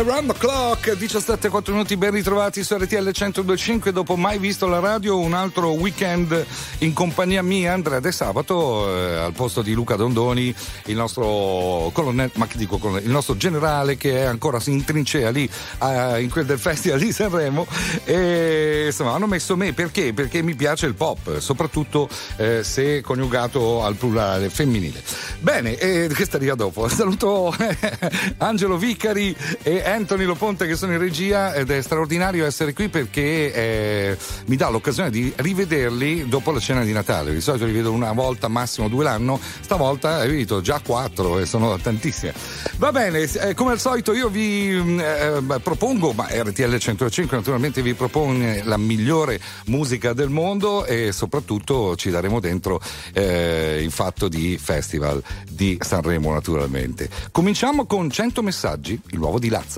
Around the Clock, 17:04 minuti, ben ritrovati su RTL 102.5. Dopo mai visto la radio, un altro weekend in compagnia mia, Andrea De Sabato, al posto di Luca Dondoni, il nostro colonnello, ma che dico colonnello, il nostro generale che è ancora in trincea lì in quel del Festival di Sanremo. E insomma hanno messo me perché mi piace il pop, soprattutto se coniugato al plurale femminile. Bene, questa riga dopo saluto Angelo Vicari e Anthony Loponte che sono in regia, ed è straordinario essere qui perché mi dà l'occasione di rivederli dopo la cena di Natale. Di solito li vedo una volta, massimo 2 l'anno, stavolta hai visto già 4 e sono tantissime. Va bene, come al solito io vi propongo, ma RTL 105 naturalmente vi propone la migliore musica del mondo e soprattutto ci daremo dentro il fatto di Festival di Sanremo naturalmente. Cominciamo con 100 messaggi, il nuovo di Lazza.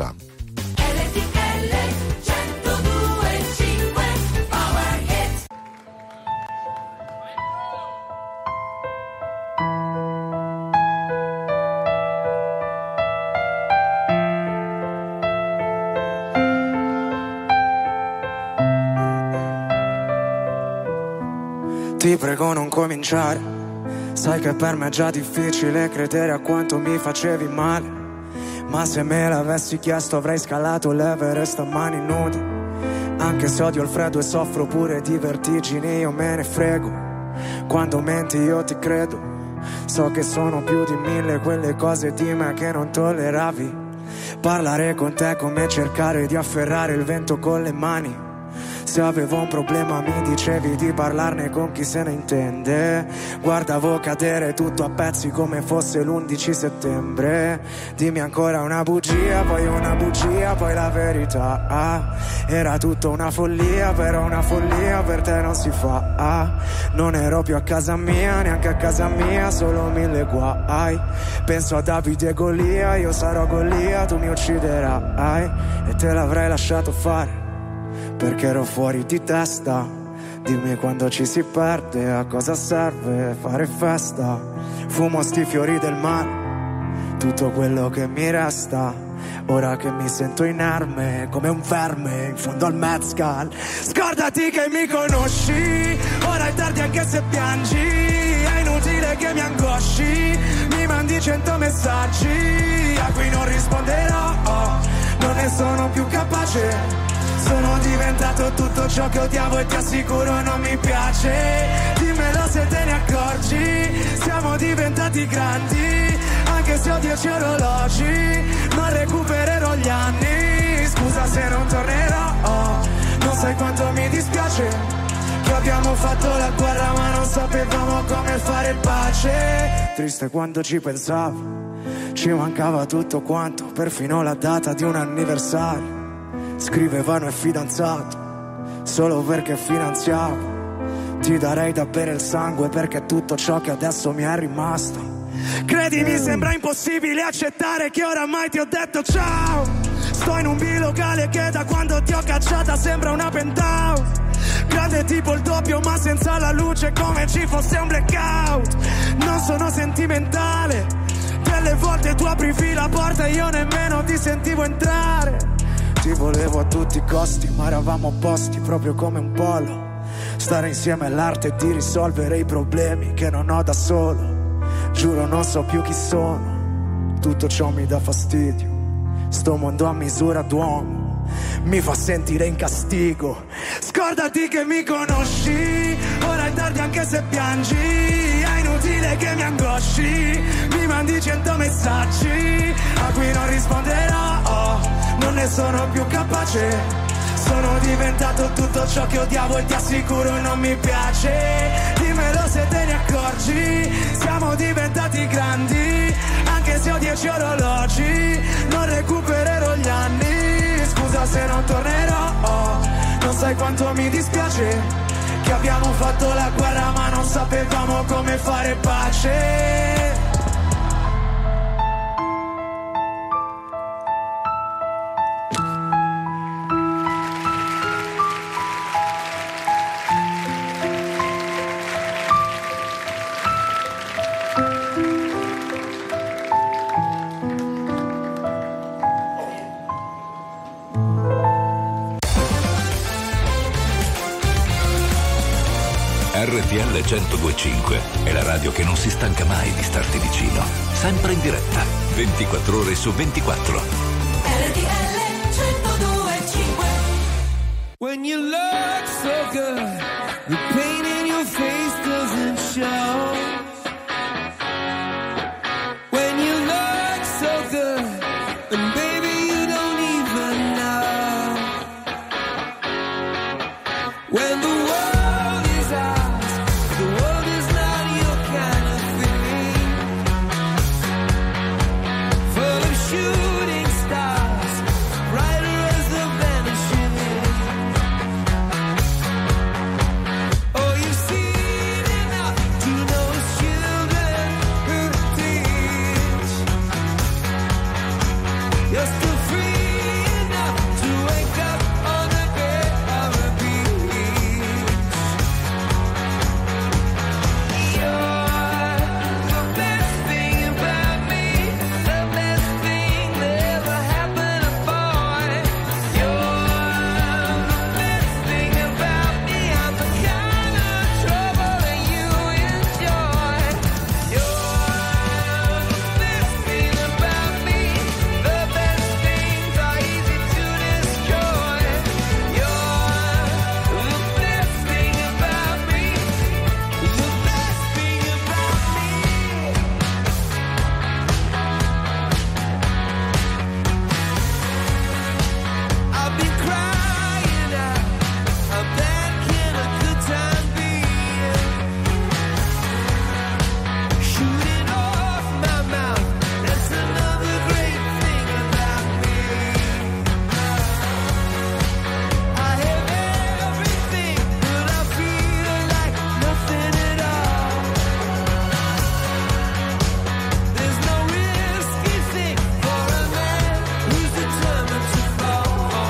Ti prego non cominciare, sai che per me è già difficile credere a quanto mi facevi male. Ma se me l'avessi chiesto avrei scalato l'Everest a mani nude. Anche se odio il freddo e soffro pure di vertigini, io me ne frego. Quando menti io ti credo. So che sono più di 1000 quelle cose di me che non tolleravi. Parlare con te è come cercare di afferrare il vento con le mani. Se avevo un problema mi dicevi di parlarne con chi se ne intende. Guardavo cadere tutto a pezzi come fosse l'11 settembre. Dimmi ancora una bugia, poi una bugia, poi la verità. Era tutto una follia, però una follia per te non si fa. Non ero più a casa mia, neanche a casa mia, solo 1000 guai. Penso a Davide e Golia, io sarò Golia, tu mi ucciderai. E te l'avrei lasciato fare perché ero fuori di testa. Dimmi quando ci si perde, a cosa serve fare festa. Fumo sti fiori del mare, tutto quello che mi resta. Ora che mi sento inerme, come un verme in fondo al mezcal. Scordati che mi conosci, ora è tardi anche se piangi. È inutile che mi angosci, mi mandi 100 messaggi a cui non risponderò. Non ne sono più capace. Sono diventato tutto ciò che odiavo e ti assicuro non mi piace. Dimmelo se te ne accorgi, siamo diventati grandi. Anche se ho 10 orologi, non recupererò gli anni. Scusa se non tornerò, non sai quanto mi dispiace che abbiamo fatto la guerra ma non sapevamo come fare pace. Triste quando ci pensavo, ci mancava tutto quanto, perfino la data di un anniversario. Scrivevano è fidanzato, solo perché finanziavo. Ti darei da bere il sangue perché è tutto ciò che adesso mi è rimasto. Credimi sembra impossibile accettare che oramai ti ho detto ciao. Sto in un bilocale che da quando ti ho cacciata sembra una penthouse. Grande tipo il doppio ma senza la luce come ci fosse un blackout. Non sono sentimentale, delle volte tu aprivi la porta e io nemmeno ti sentivo entrare. Ti volevo a tutti i costi, ma eravamo opposti proprio come un polo. Stare insieme all'arte di risolvere i problemi che non ho da solo. Giuro non so più chi sono, tutto ciò mi dà fastidio. Sto mondo a misura d'uomo mi fa sentire in castigo. Scordati che mi conosci, ora è tardi anche se piangi. È inutile che mi angosci, mi mandi 100 messaggi a cui non risponderò. Non ne sono più capace. Sono diventato tutto ciò che odiavo e ti assicuro non mi piace. Dimmelo se te ne accorgi, siamo diventati grandi. Anche se ho 10 orologi, non recupererò gli anni. Scusa se non tornerò, non sai quanto mi dispiace che abbiamo fatto la guerra ma non sapevamo come fare pace. RTL 102.5 è la radio che non si stanca mai di starti vicino. Sempre in diretta, 24 ore su 24. RTL 102.5. When you look so good, the pain in your face doesn't show. When you look so good, and baby you don't even know. When the world is ours, the world is not your kind of thing. Full of shooting stars, brighter as the vanishing. Oh, you've seen enough to know it's children who teach. You're still free enough to wake up on the bed of a beach. You're the best thing about me, the best thing that ever happened to a boy. You're the best thing about me, I'm the kind of trouble that you enjoy. You're the best thing about me, the best things are easy to destroy. You're the best thing about me, the best thing about me. I've been crying out, how bad can a good time be? Shooting off my mouth, that's another great thing about me. I have everything, but I feel like nothing at all. There's no risky thing for a man who's determined to fall.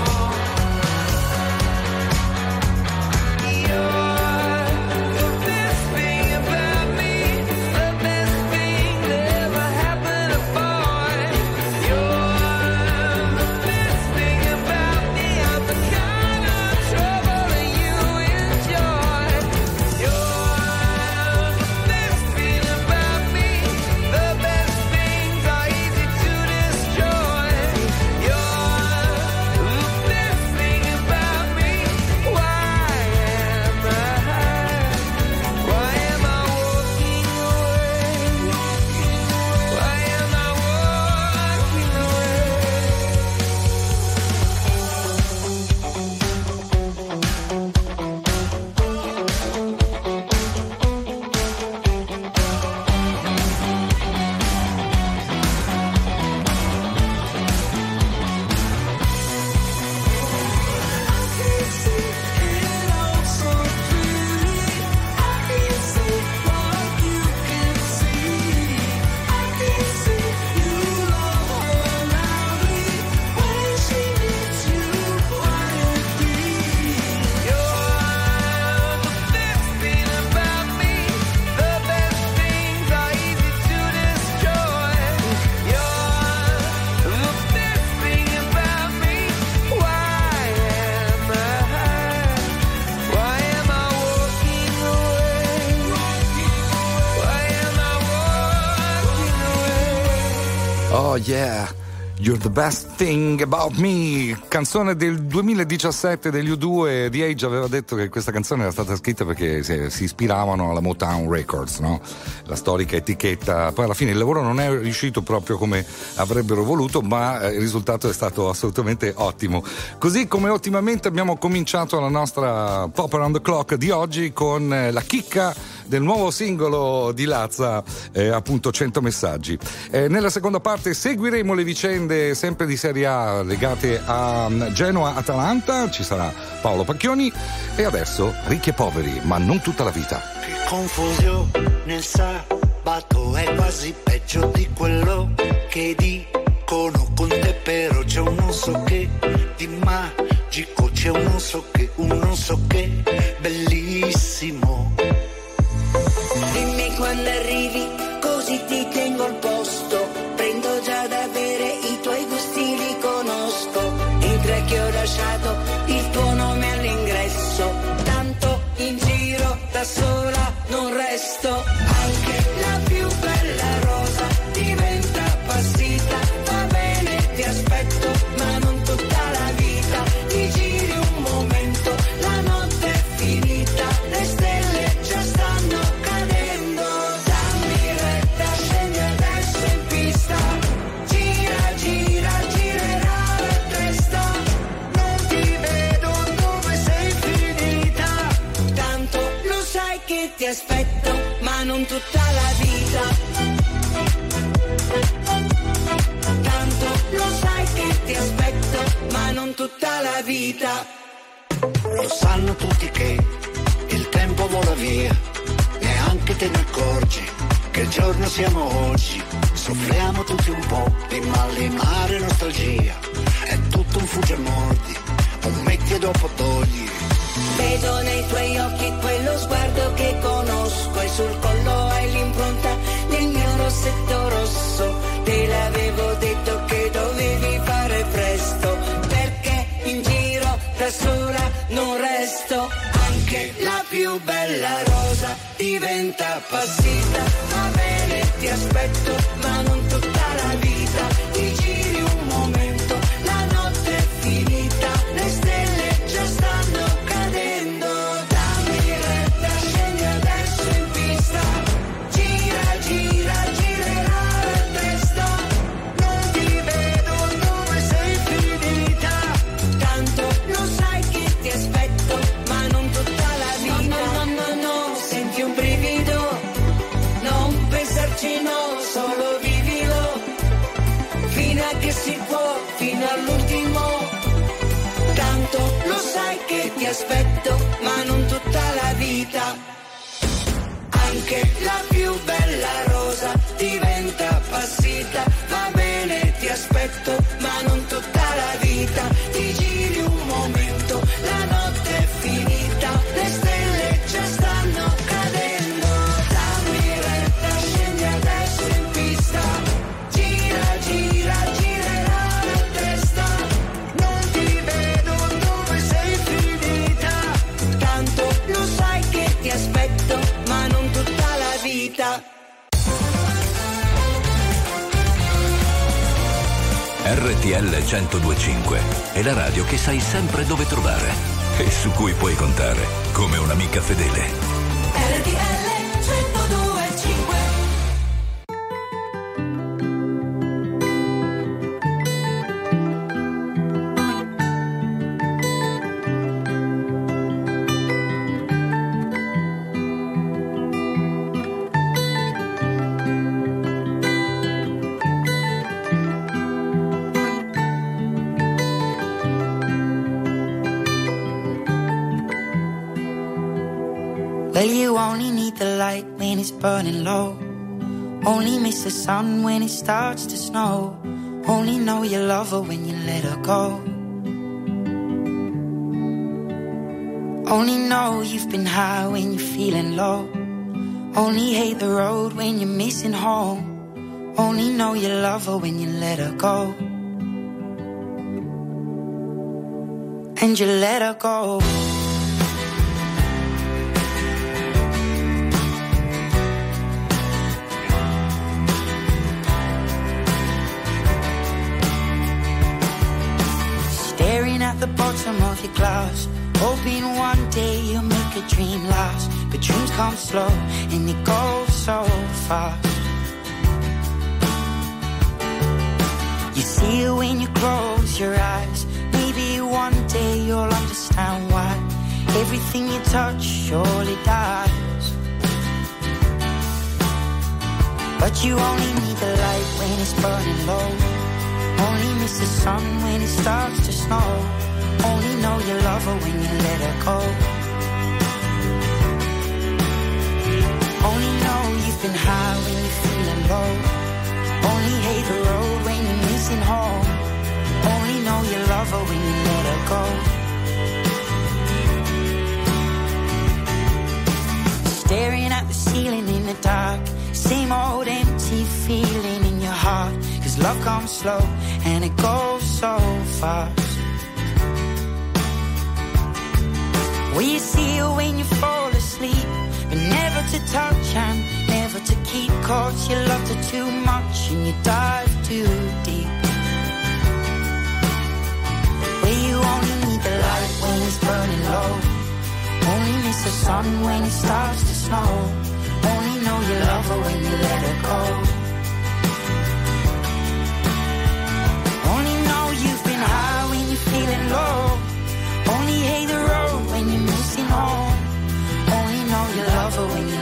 You're the best thing about me, the best thing that ever happened to a boy. You're the best thing about me, I'm the kind of trouble that you enjoy. You're the best thing about me, the best things are easy to destroy. You're the best thing about me. Why am I walking away? Why am I walking away? Oh yeah, You're the best thing about me, canzone del 2017 degli U2. The Age aveva detto che questa canzone era stata scritta perché si ispiravano alla Motown Records, no? La storica etichetta. Poi alla fine il lavoro non è riuscito proprio come avrebbero voluto, ma il risultato è stato assolutamente ottimo. Così come ottimamente abbiamo cominciato la nostra Pop Around the Clock di oggi con la chicca del nuovo singolo di Lazza, appunto 100 messaggi. Nella seconda parte seguiremo le vicende sempre di Serie A legate a Genoa-Atalanta, ci sarà Paolo Pacchioni e adesso Ricchi e Poveri, ma non tutta la vita. Che confusione nel sabato, è quasi peggio di quello che dicono con te, però c'è un non so che di magico, c'è un non so che bellissimo. Dimmi quando arrivi, così ti tengo al posto. Prendo già da bere, i tuoi gusti li conosco. Entra che ho lasciato il tuo nome all'ingresso. Tanto in giro da solo ti aspetto, ma non tutta la vita. Tanto lo sai che ti aspetto, ma non tutta la vita. Lo sanno tutti che il tempo vola via, neanche te ne accorgi che giorno siamo oggi. Soffriamo tutti un po' di malinare nostalgia, è tutto un fugge e mordi, un metti e dopo togli. Vedo nei tuoi occhi quello sguardo che conosco e sul collo hai l'impronta del mio rossetto rosso. Te l'avevo detto che dovevi fare presto, perché in giro da sola non resto. Anche la più bella rosa diventa appassita. Va bene, ti aspetto, ma non tutta la vita. Ti giri un momento, la notte è finita, le stelle già stanno cadendo. Dammi retta, scendi adesso in pista. Gira, gira, girerà la testa. Non ti vedo dove sei finita. Tanto lo sai che ti aspetto, ma non tutta la vita. No, no, no, no, senti un brivido. Non pensarci, no, solo vivilo. Fino a che si può, fino all'ultimo. Tanto lo sai che ti aspetto, ma non tutta la vita. Anche la più bella rosa diventa appassita. Va bene, ti aspetto, ma non tutta la vita. Ti giri un momento, la notte è finita, le stelle già stanno cadendo. Dammi retta, scendi adesso in pista. Gira, gira, girerà la testa. Non ti vedo dove sei finita. Tanto lo sai che ti aspetto, ma non tutta la vita. RTL 102.5 è la radio che sai sempre dove trovare e su cui puoi contare come un'amica fedele. RTL 102.5. Well, you only need the light when it's burning low. Only miss the sun when it starts to snow. Only know you love her when you let her go. Only know you've been high when you're feeling low. Only hate the road when you're missing home. Only know you love her when you let her go. And you let her go. Staring at the bottom of your glass, hoping one day you'll make a dream last. But dreams come slow and they go so fast. You see it when you close your eyes. Maybe one day you'll understand why everything you touch surely dies. But you only need the light when it's burning low. Only miss the sun when it starts to snow. Only know you love her when you let her go. Only know you've been high when you're feeling low. Only hate the road when you're missing home. Only know you love her when you let her go. Staring at the ceiling in the dark, same old empty feeling in your heart. 'Cause love comes slow and it goes so fast. Well, you see her when you fall asleep, but never to touch and never to keep. 'Cause you loved her too much and you dive too deep. Well, you only need the light when it's burning low. Only miss the sun when it starts to snow. Only know you love her when you let her go. Only know you've been high when you're feeling low. Only hate the road when you're missing home. Only know you love her when you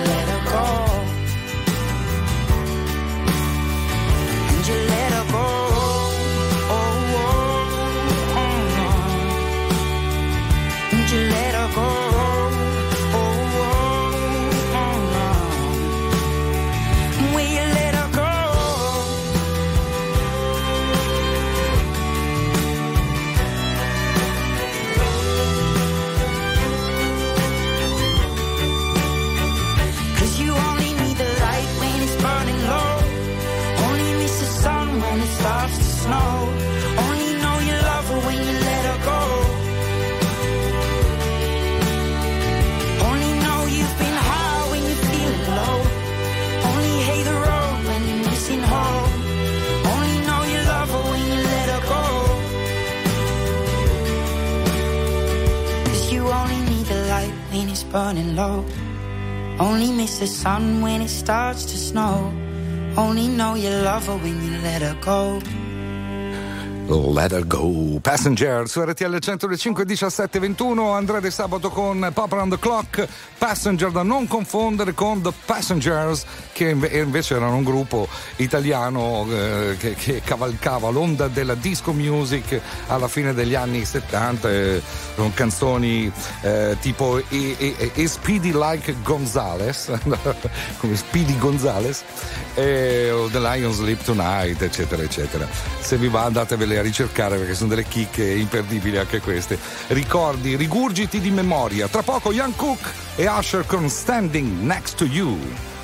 it's burning low. Only miss the sun when it starts to snow. Only know you love her when you let her go. Let Her Go, Passenger su RTL 105 17:21. Andrea De Sabato con Pop Around the Clock. Passenger, da non confondere con The Passengers, che invece erano un gruppo italiano che cavalcava l'onda della disco music alla fine degli anni 70 con canzoni tipo e Speedy Like Gonzales come Speedy Gonzales, The Lions Sleep Tonight, eccetera eccetera. Se vi va, andatevele a ricercare perché sono delle chicche imperdibili anche queste. Ricordi, rigurgiti di memoria. Tra poco Ian Cook e Usher con Standing Next to You.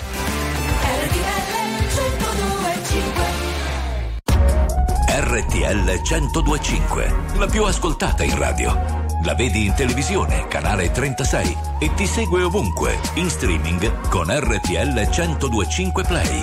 RTL 1025, la più ascoltata in radio. La vedi in televisione, canale 36, e ti segue ovunque, in streaming con RTL 1025 Play.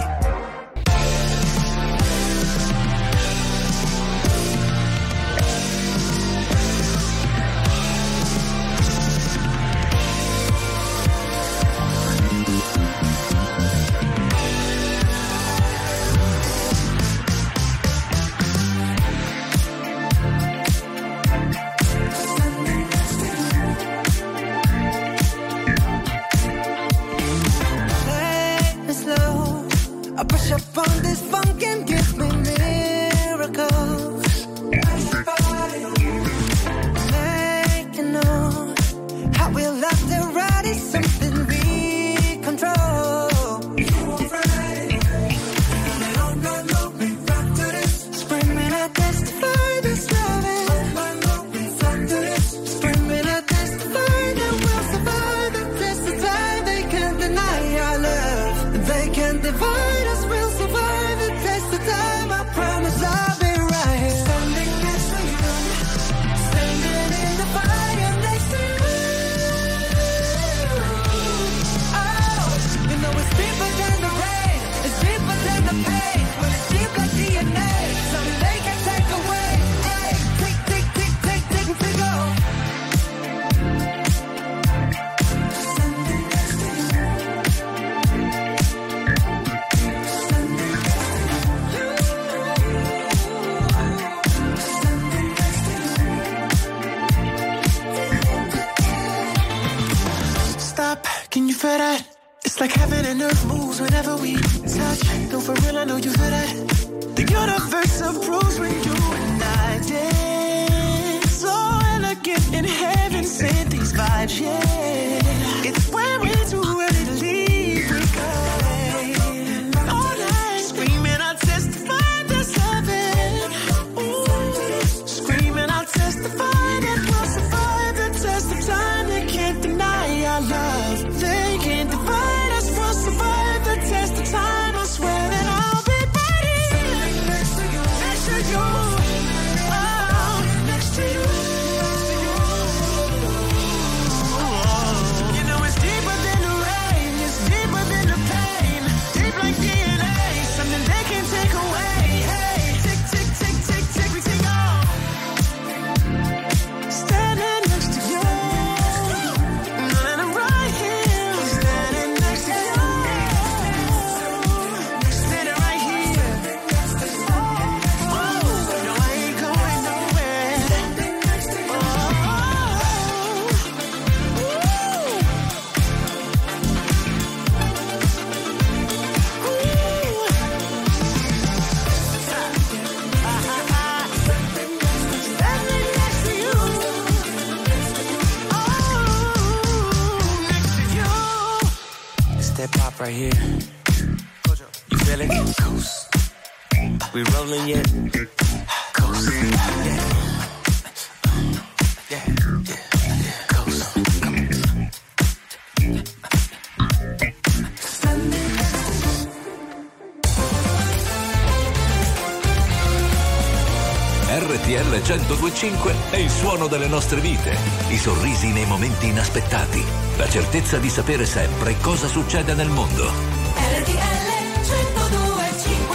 Right here, you feel it? Coast. We rolling yet? Coast. Yeah. Yeah. Yeah. Coast. RTL 1025 è il suono delle nostre vite, i sorrisi nei momenti inaspettati, la certezza di sapere sempre cosa succede nel mondo. RTL 1025.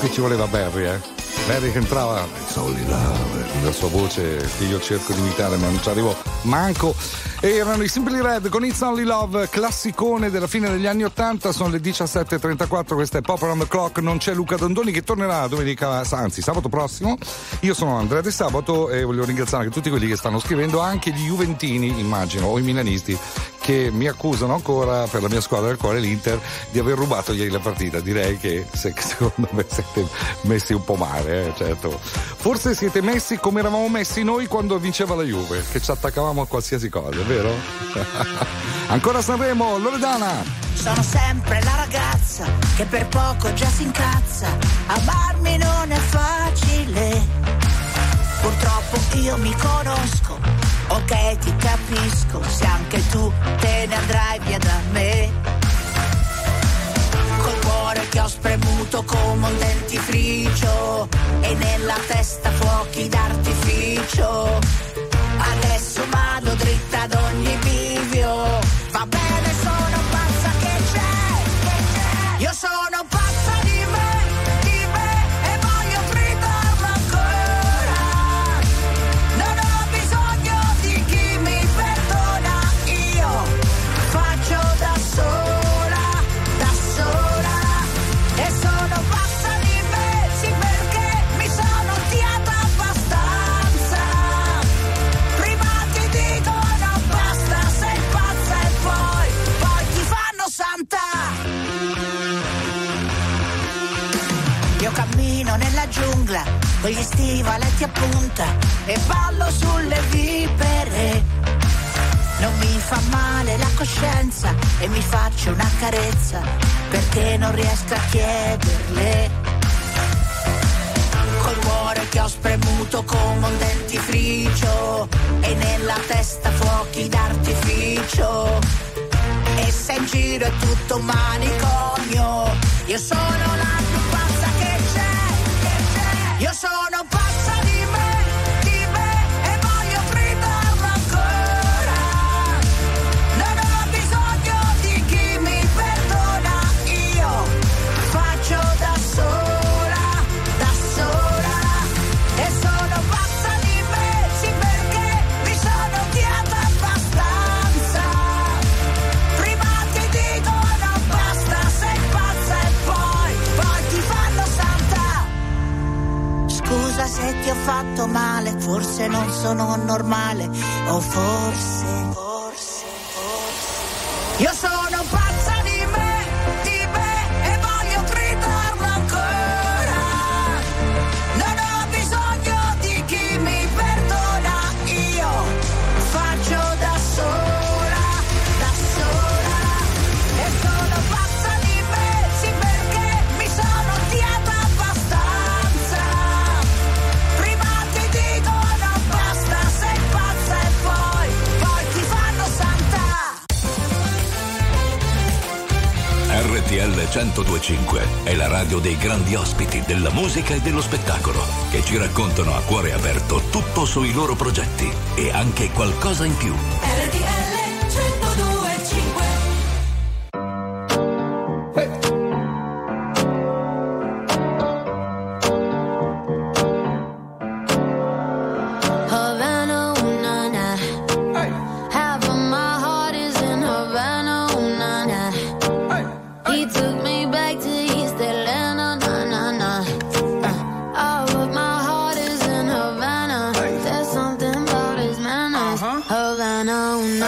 Qui ci voleva Barry, Barry che entrava, It's Only Love, la sua voce che io cerco di imitare ma non ci arrivo manco. E erano i Simply Red con It's Only Love, classicone della fine degli anni 80. Sono le 17.34, questa è Pop Around the Clock. Non c'è Luca Dondoni che tornerà domenica, anzi sabato prossimo. Io sono Andrea De Sabato e voglio ringraziare anche tutti quelli che stanno scrivendo, anche gli juventini immagino, o i milanisti, che mi accusano ancora per la mia squadra del cuore, l'Inter, di aver rubato ieri la partita. Direi che secondo me siete messi un po' male, certo. Forse siete messi come eravamo messi noi quando vinceva la Juve, che ci attaccavamo a qualsiasi cosa, vero? Ancora Sanremo, Loredana. Sono sempre la ragazza che per poco già si incazza. Amarmi non è facile. Purtroppo io mi conosco. Ok, ti capisco, se anche tu te ne andrai via da me. Col cuore che ho spremuto come un dentifricio e nella testa fuochi d'artificio. Adesso vado dritta ad ogni bivio. Va bene, sono pazza, che c'è? Io sono pazza di me e voglio gridarlo ancora. Non ho bisogno di chi mi perdona, io faccio da sola, e sono pazza di me, sì, perché mi sono odiata abbastanza. Prima ti dicono basta, sei pazza e poi ti fanno santa. Io cammino nella giungla con gli stivaletti a punta e ballo sulle vipere. Non mi fa male la coscienza e mi faccio una carezza perché non riesco a chiederle. Col cuore che ho spremuto come un dentifricio e nella testa fuochi d'artificio. E se in giro è tutto un manicomio, io sono la più pazza che c'è. Io sono pazza di me e voglio gridarlo ancora. Non ho bisogno di chi mi perdona, io faccio da sola, e sono pazza di me, sì, perché mi sono odiata abbastanza. Prima ti dicono basta, sei pazza e poi ti fanno santa. Scusa se ti ho fatto male, forse non sono normale, o forse io sono pazza di me e voglio gridarlo ancora. Non ho bisogno di chi mi perdona, io faccio da sola, e sono pazza di me, sì, perché mi sono odiata abbastanza. Prima ti dicono basta, sei pazza e poi ti fanno santa. RTL 102.5 è la radio dei grandi ospiti della musica e dello spettacolo, che ci raccontano a cuore aperto tutto sui loro progetti e anche qualcosa in più. RTL 102.5. Havana, ooh, na, na. Half of my heart is in Havana, ooh, na, na. He took me back to East Atlanta, na, na, na. All of my heart is in Havana. There's something about his manners. Havana, ooh,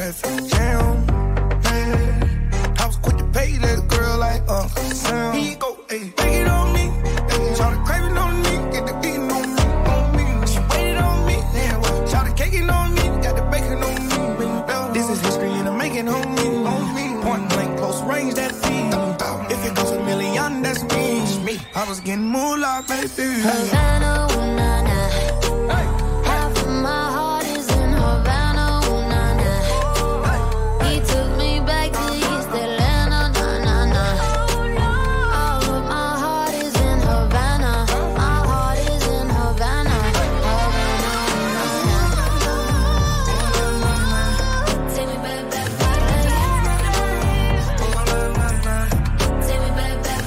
life. Damn, man. I was quick to pay that girl like Uncle Sam. Here you go, ayy. Take it on me. Try to crave it on me. Get the beating on me, on me. She waited on me. Damn, try to cake it on me. Got the bacon on me. This is history and I'm making on me, on me. Point blank, close range, that feed. If it goes a million, that's me. I was getting moolah, baby. Havana, ooh, nah, nah. Half of my heart is in Havana, ooh, nah, nah. He took me back to East Atlanta, nah, nah, nah. All of my heart is in Havana. My heart is in Havana. Havana, ooh, nah, nah. Take me back, back, back. Take me back, back, back.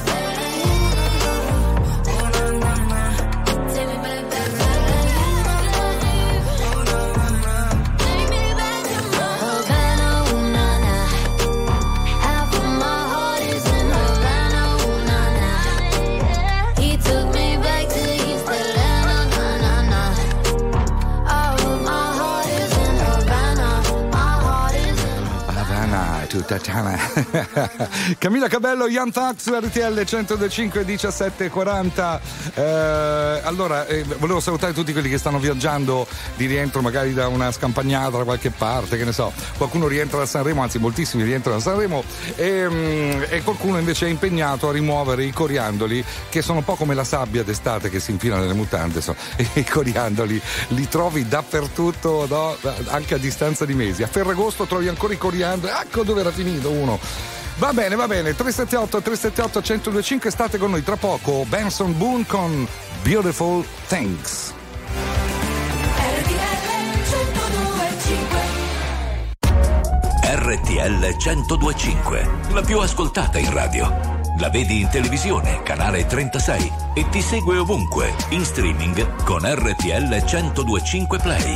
Camilla Cabello, Young Thugs, RTL 102.5, 17:40. Allora, volevo salutare tutti quelli che stanno viaggiando di rientro magari da una scampagnata da qualche parte, che ne so, qualcuno rientra da Sanremo, anzi moltissimi rientrano da Sanremo e qualcuno invece è impegnato a rimuovere i coriandoli, che sono un po' come la sabbia d'estate che si infila nelle mutande, i coriandoli li trovi dappertutto, no? Anche a distanza di mesi. A Ferragosto trovi ancora i coriandoli, ecco dove era finito uno. Va bene, 378 1025, state con noi tra poco. Benson Boone con Beautiful Things. RTL 102.5, la più ascoltata in radio. La vedi in televisione, canale 36, e ti segue ovunque, in streaming con RTL 102.5 Play.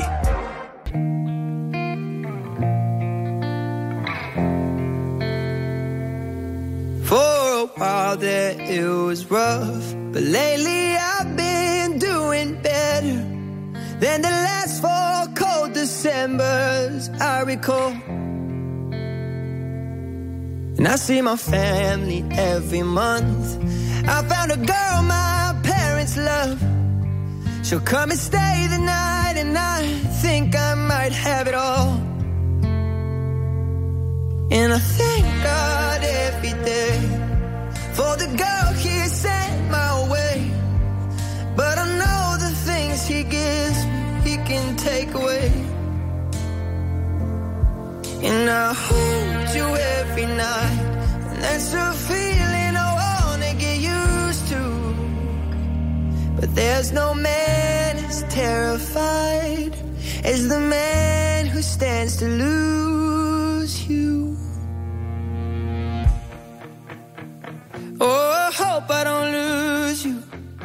For a while there it was rough, but lately I've been doing better than the last 4 cold Decembers I recall. And I see my family every month. I found a girl my parents love. She'll come and stay the night, and I think I might have it all. And I thank God every day for the girl He sent my way. But I know the things He gives me, He can take away. And I hold you every night, and that's a feeling I wanna get used to. But there's no man as terrified as the man who stands to lose you. Oh, I hope I don't lose you.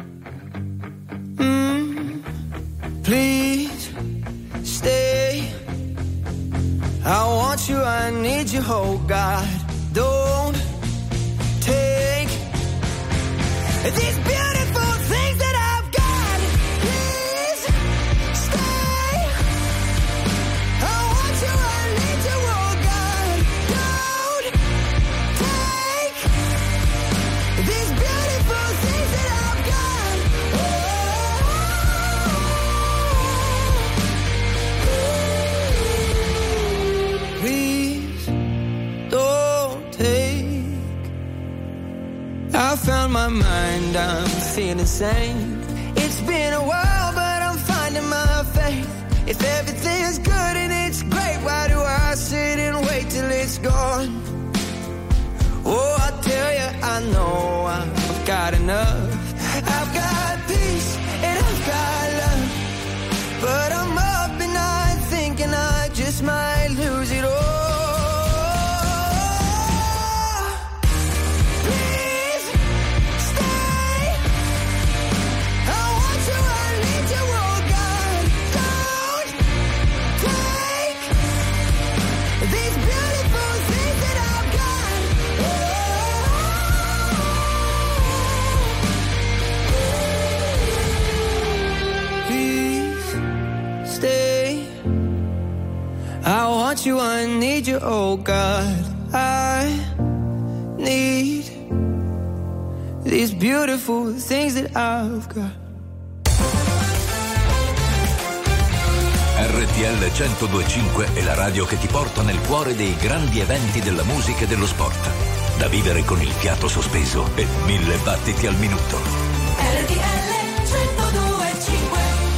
Please stay. I want you, I need you, oh God. Don't take these beautiful things that I've got. Please stay. I want you, I need you, oh God. Don't take these beautiful things that I've got. Please don't take. I found my mind, I'm feeling sane. It's been a while, but I'm finding my faith. If everything's good and it's great, why do I sit and wait till it's gone? Oh, I tell you, I know I've got enough. I've got peace and I've got love. But I'm up and I'm thinking I just might lose it all. Please stay. I want you, I need you, oh God. Don't take these beautiful things that I've got. want you, I need you, oh God. I need these beautiful things that I've got. RTL 102.5 è la radio che ti porta nel cuore dei grandi eventi della musica e dello sport. Da vivere con il fiato sospeso e 1000 battiti al minuto. RTL 102.5.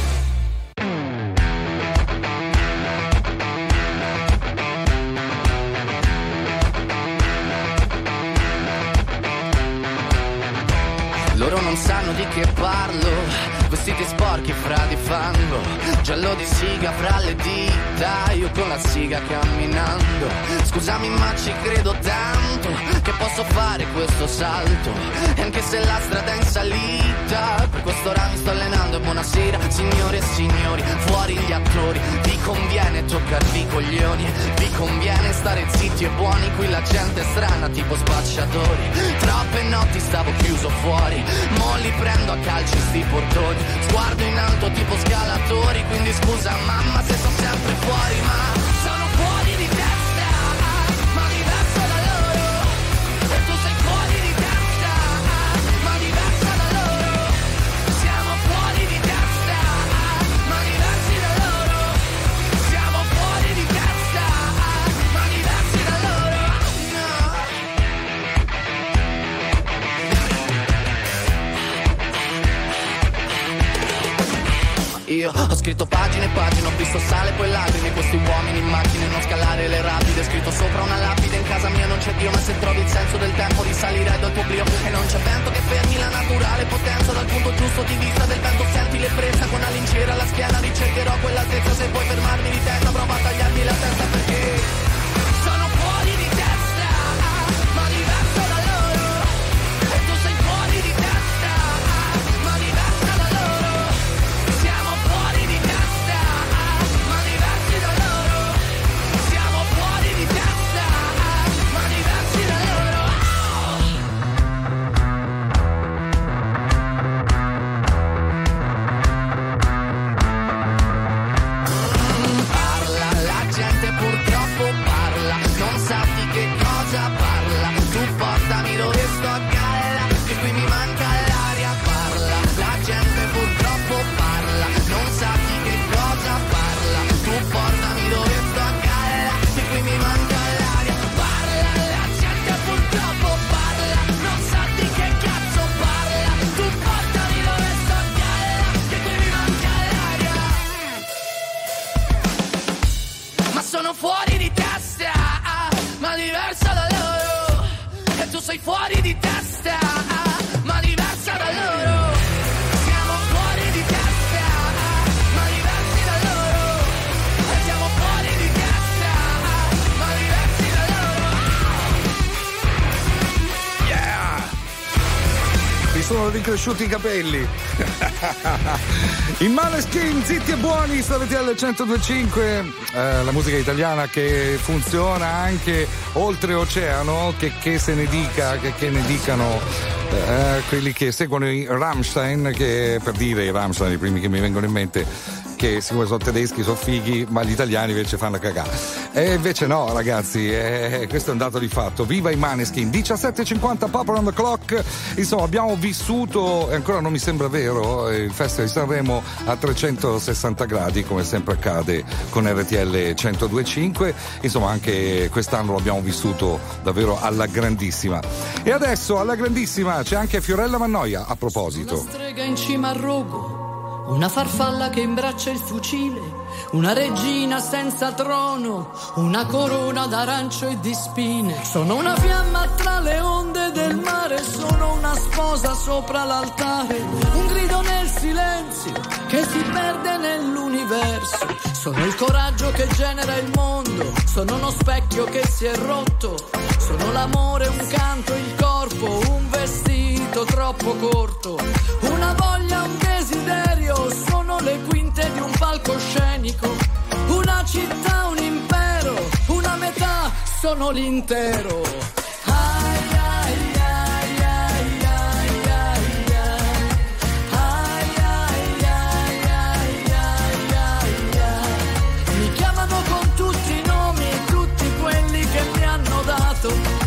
Loro non sanno di che parlo, vestiti sporchi fra di fango, giallo di siga fra le dita, io con la siga camminando. Scusami ma ci credo tanto, che posso fare questo salto, e anche se la strada è in salita, per quest'ora mi sto allenando. E buonasera signore e signori, fuori gli attori, vi conviene toccarvi i coglioni, vi conviene stare zitti e buoni, qui la gente è strana tipo spacciatori. Troppe notti stavo chiuso fuori, mo li prendo a calci sti portoni, sguardo in alto tipo scalatori, quindi scusa mamma se sto sempre fuori, ma sono fuori di testa, ma diverso da loro, e tu sei fuori di testa, ma diversa da loro, siamo fuori di testa, ma diversi da loro, siamo fuori di testa, ma diversi da loro, no. Io ho scritto pagine e pagine, ho visto sale poi lacrime, questi uomini in macchine, non scalare le rapide, scritto sopra una lapide, in casa mia non c'è Dio, ma se trovi il senso del tempo risalirai dal tuo oblio, e non c'è vento che fermi la naturale potenza, dal punto giusto di vista del vento senti l'ebbrezza, con la lincera alla schiena ricercherò quell'altezza, se puoi fermarmi di testa prova a tagliarmi la testa, perché sono fuori di testa, ma diverso da loro, e tu sei fuori di testa, ma diversa da loro, siamo fuori di testa, ma diversi da loro, siamo fuori di testa, ma diversi da loro. Parla, la gente purtroppo parla, non sa di che cosa parla, tu portami dove sto a galla, che qui mi manca l'aria, parla, la gente purtroppo parla, non sa di che cosa parla, tu portami dove sto a galla, che qui mi manca l'aria, parla, la gente purtroppo parla, non sa di che cazzo parla, tu portami dove sto a galla, che qui mi manca l'aria. Ma sono fuori di testa, ma diversa da loro, e tu sei fuori di testa, ma diversa da loro, siamo fuori di testa, ma diversi da loro, e siamo fuori di testa, ma diversi da loro. Yeah! Mi sono ricresciuti i capelli. I Maneskin, zitti e buoni, su RTL 102.5, la musica italiana che funziona anche oltreoceano, che se ne dica, che ne dicano quelli che seguono i Rammstein, che per dire i Rammstein, i primi che mi vengono in mente, che siccome sono tedeschi sono fighi, ma gli italiani invece fanno cagare. E invece no, ragazzi, questo è un dato di fatto. Viva i Maneskin. 17:50 Pop on the Clock. Insomma, abbiamo vissuto, e ancora non mi sembra vero, il Festival di Sanremo a 360 gradi, come sempre accade con RTL 102.5. Insomma, anche quest'anno l'abbiamo vissuto davvero alla grandissima. E adesso alla grandissima c'è anche Fiorella Mannoia, a proposito. Una strega in cima al rogo, una farfalla che imbraccia il fucile, una regina senza trono, una corona d'arancio e di spine. Sono una fiamma tra le onde del mare, sono una sposa sopra l'altare, un grido nel silenzio che si perde nell'universo. Sono il coraggio che genera il mondo, sono uno specchio che si è rotto, sono l'amore, un canto, il corpo, un vestito troppo corto, una voglia, un desiderio, sono le quinte di un palcoscenico, una città, un impero, una metà, sono l'intero. Ai, ai, ai, ai, ai, ai, ai, ai, ai, ai, ai, ai, ai. Mi chiamano con tutti i nomi,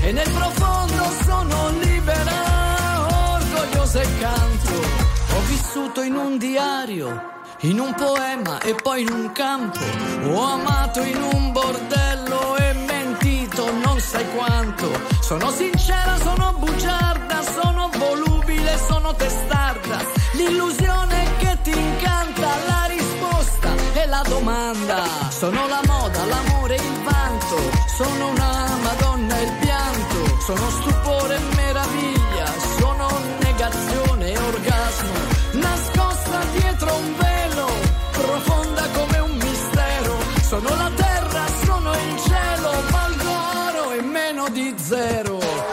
e nel profondo sono libera, orgogliosa e canto. Ho vissuto in un diario, in un poema e poi in un campo. Ho amato in un bordello e mentito non sai quanto. Sono sincera, sono bugiarda, sono volubile, sono testarda. L'illusione che ti incanta, la risposta e la domanda. Sono la moda, l'amore e il vanto. Sono una Madonna e il pianto. Sono stupore e meraviglia. Sono negazione e orgasmo. Nascosta dietro un velo, profonda come un mistero. Sono la terra, sono il cielo, valgo oro e meno di zero.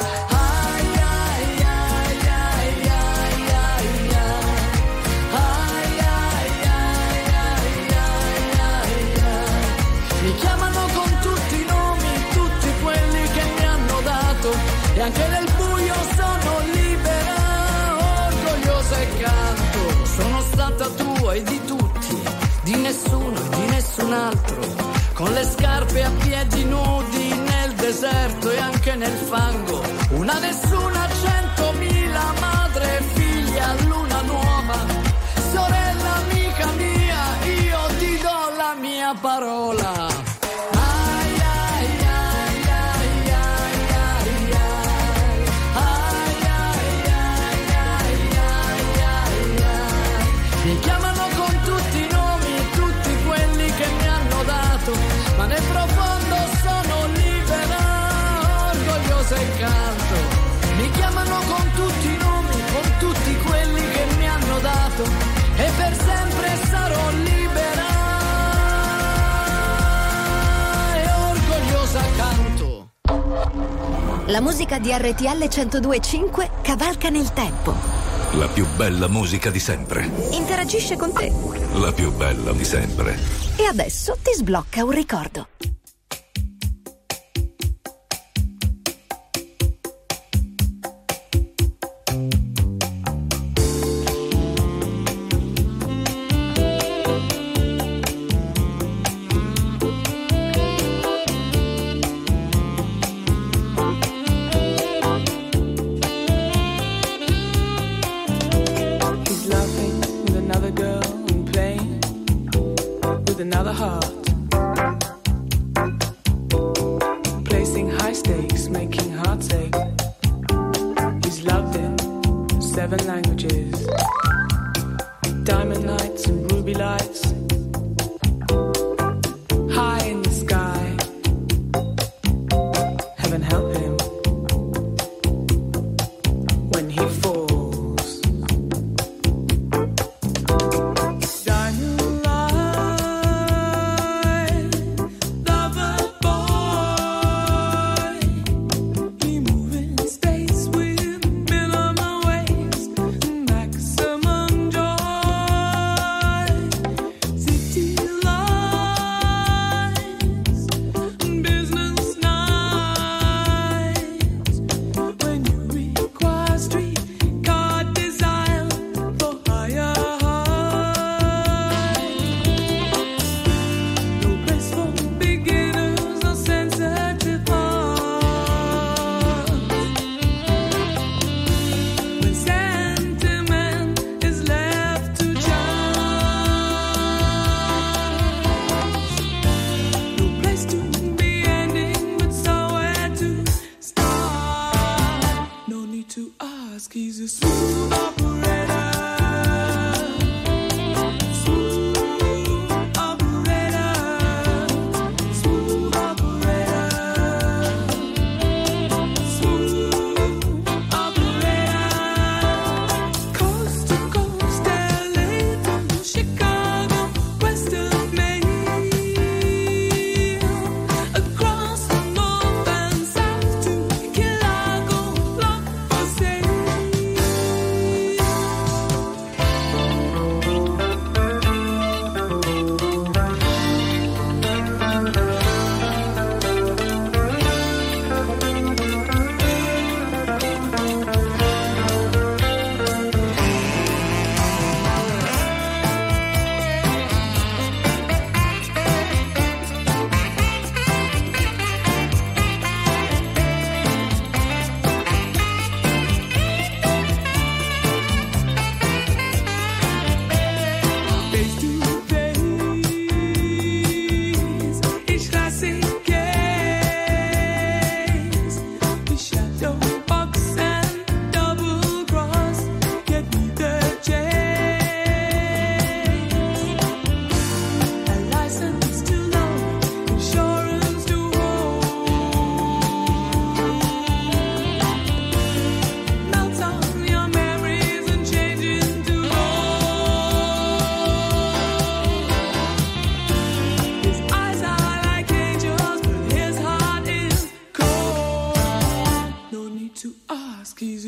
Mi chiamano con tutti i nomi, tutti quelli che mi hanno dato, e anche nel buio sono libera, orgogliosa e canto. Sono stata tua e di tutti, di nessuno e di nessun altro, con le scarpe a piedi nudi nel deserto e anche nel fango. Una nessuna, 100.000, madre e figlia, luna nuova, sorella amica mia, io ti do la mia parola. Mi chiamano con tutti i nomi, tutti quelli che mi hanno dato, ma nel profondo sono libera, orgogliosa e canto. Mi chiamano con tutti i nomi, con tutti quelli che mi hanno dato, e per sempre sarò libera e orgogliosa canto. La musica di RTL 102.5 cavalca nel tempo. La più bella musica di sempre. Interagisce con te. La più bella di sempre. E adesso ti sblocca un ricordo. Another girl and playing with another heart.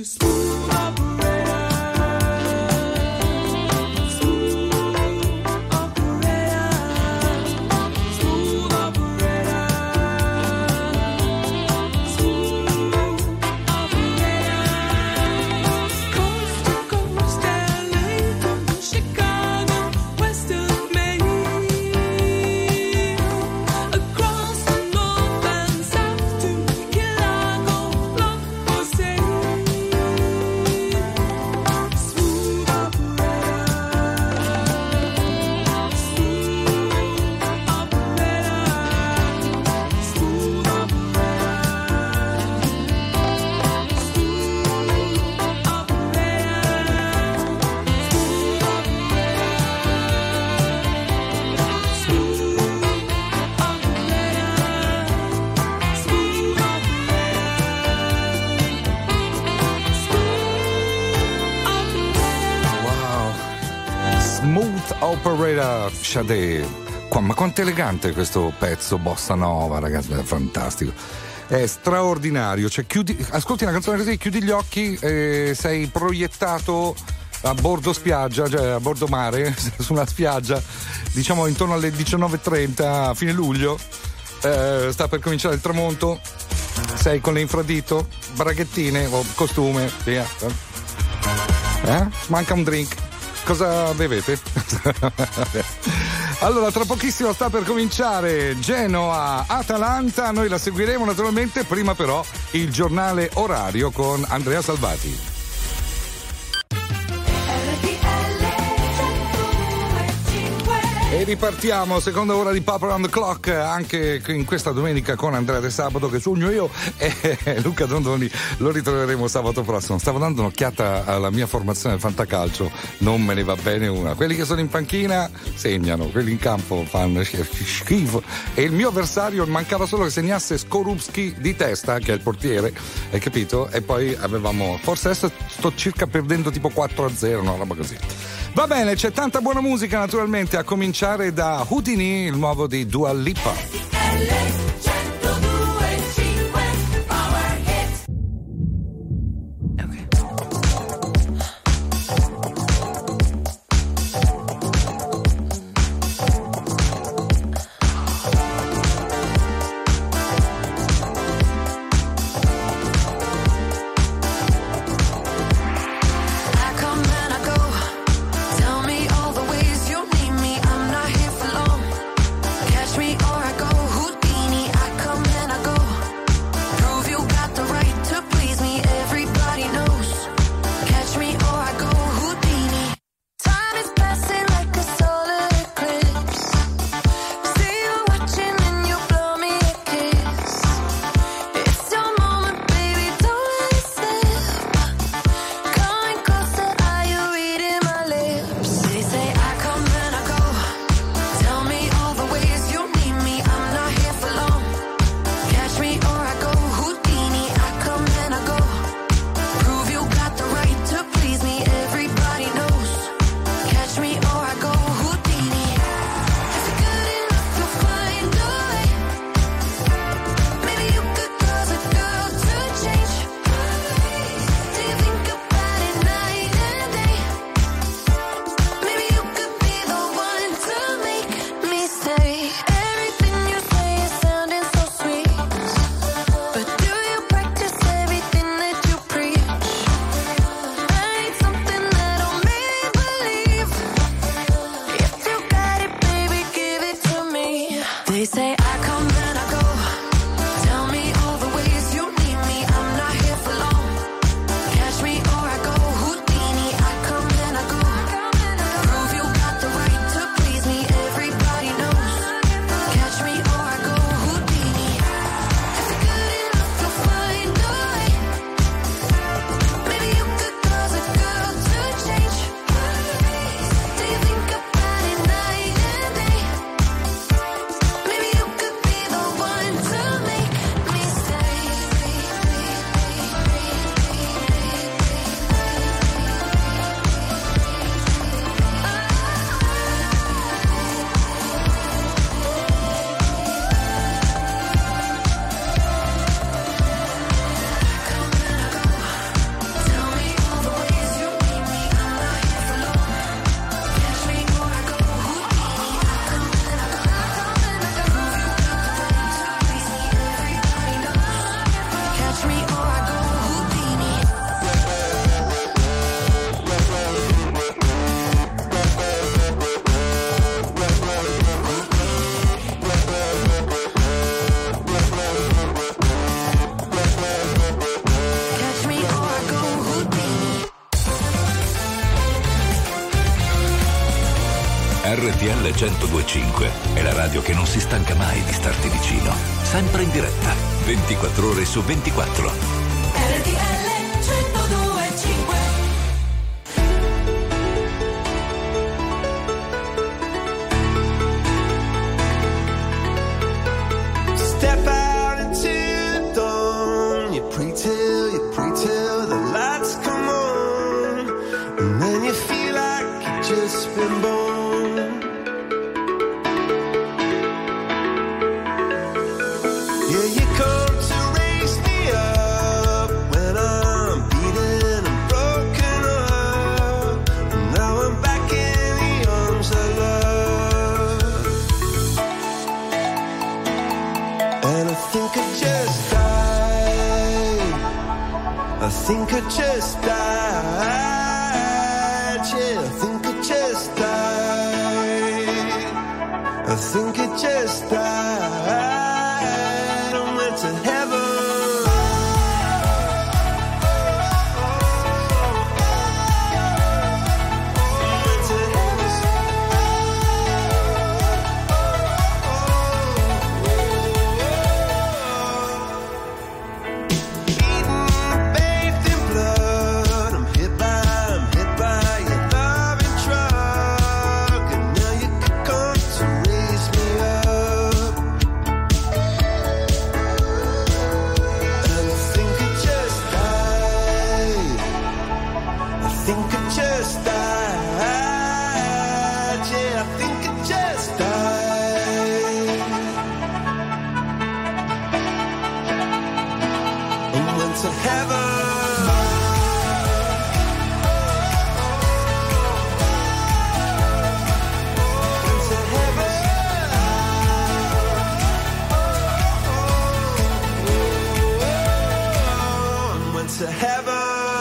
Operator Sade. Ma quanto è elegante questo pezzo bossa nova, ragazzi, è fantastico, è straordinario. Cioè, ascolti una canzone così, chiudi gli occhi e sei proiettato a bordo spiaggia, cioè a bordo mare, su una spiaggia, diciamo intorno alle 19:30 a fine luglio. Sta per cominciare il tramonto, sei con le infradito, braghettine o costume, via. Manca un drink. Cosa bevete? Allora, tra pochissimo sta per cominciare Genoa-Atalanta, noi la seguiremo naturalmente, prima però il giornale orario con Andrea Salvati. E ripartiamo, seconda ora di Pop Around the Clock, anche in questa domenica con Andrea De Sabato, che sogno io, e Luca Dondoni lo ritroveremo sabato prossimo. Stavo dando un'occhiata alla mia formazione del fantacalcio, non me ne va bene una. Quelli che sono in panchina segnano, quelli in campo fanno schifo. E il mio avversario mancava solo che segnasse Skorupski di testa, che è il portiere, hai capito? E poi avevamo, forse adesso sto circa perdendo tipo 4-0, una roba così. Va bene, c'è tanta buona musica naturalmente, a cominciare da Houdini, il nuovo di Dua Lipa. Me or I go Houdini. I RTL 102.5 è la radio che non si stanca mai di starti vicino. Sempre in diretta, 24 ore su 24. RTL 102.5. Step out into the dawn. You pray till the lights come on, and then you feel like you've just been born. Yeah, you come to raise me up when I'm beaten and broken up. And now I'm back in the arms of love. And I think I just died. I think I just died. Yeah, I think I just died. I think I just died. I went to heaven. Bathed in blood, I'm hit by your loving drug, and now you come to raise me up. And I think I just died. I think I just died. Yeah, I think I just died. And went to heaven. Went to heaven.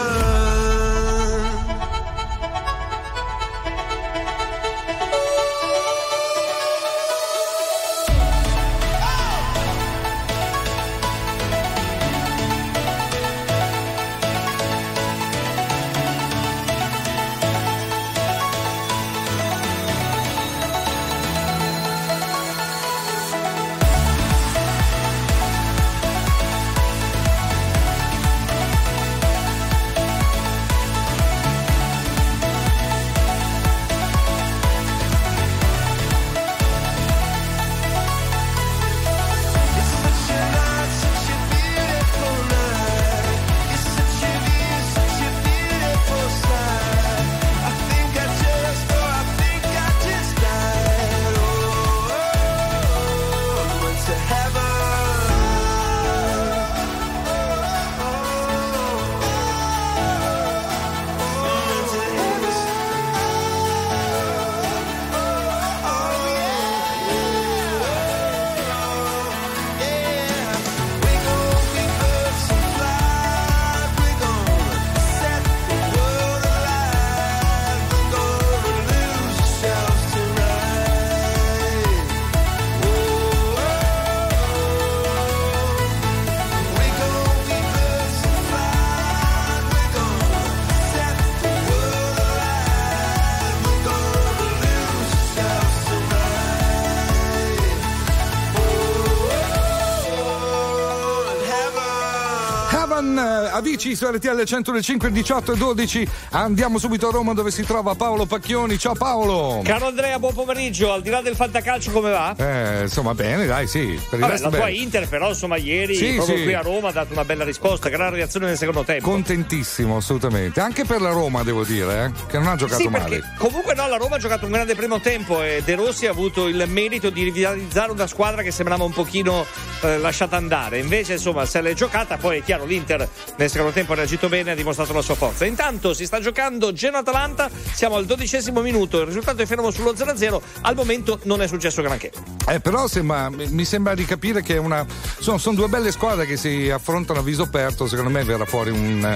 Amici su RTL 105 18 e 12. Andiamo subito a Roma dove si trova Paolo Pacchioni. Ciao Paolo. Caro Andrea, buon pomeriggio. Al di là del fantacalcio, come va? Insomma, bene, dai, sì. Per il Vabbè, resto la tua bene. Inter, però, insomma, ieri Sì, proprio sì. qui a Roma ha dato una bella risposta. Gran reazione nel secondo tempo. Contentissimo, assolutamente. Anche per la Roma, devo dire, che non ha giocato Sì, male. perché comunque no, la Roma ha giocato un grande primo tempo e De Rossi ha avuto il merito di rivitalizzare una squadra che sembrava un pochino lasciata andare. Invece, insomma, se l'è giocata, poi è chiaro, l'Inter nel secondo tempo ha reagito bene, ha dimostrato la sua forza. Intanto si sta giocando Genoa-Atalanta, siamo al 12° minuto, il risultato è fermo sullo 0-0, al momento non è successo granché. Però mi sembra di capire che sono due belle squadre che si affrontano a viso aperto. Secondo me verrà fuori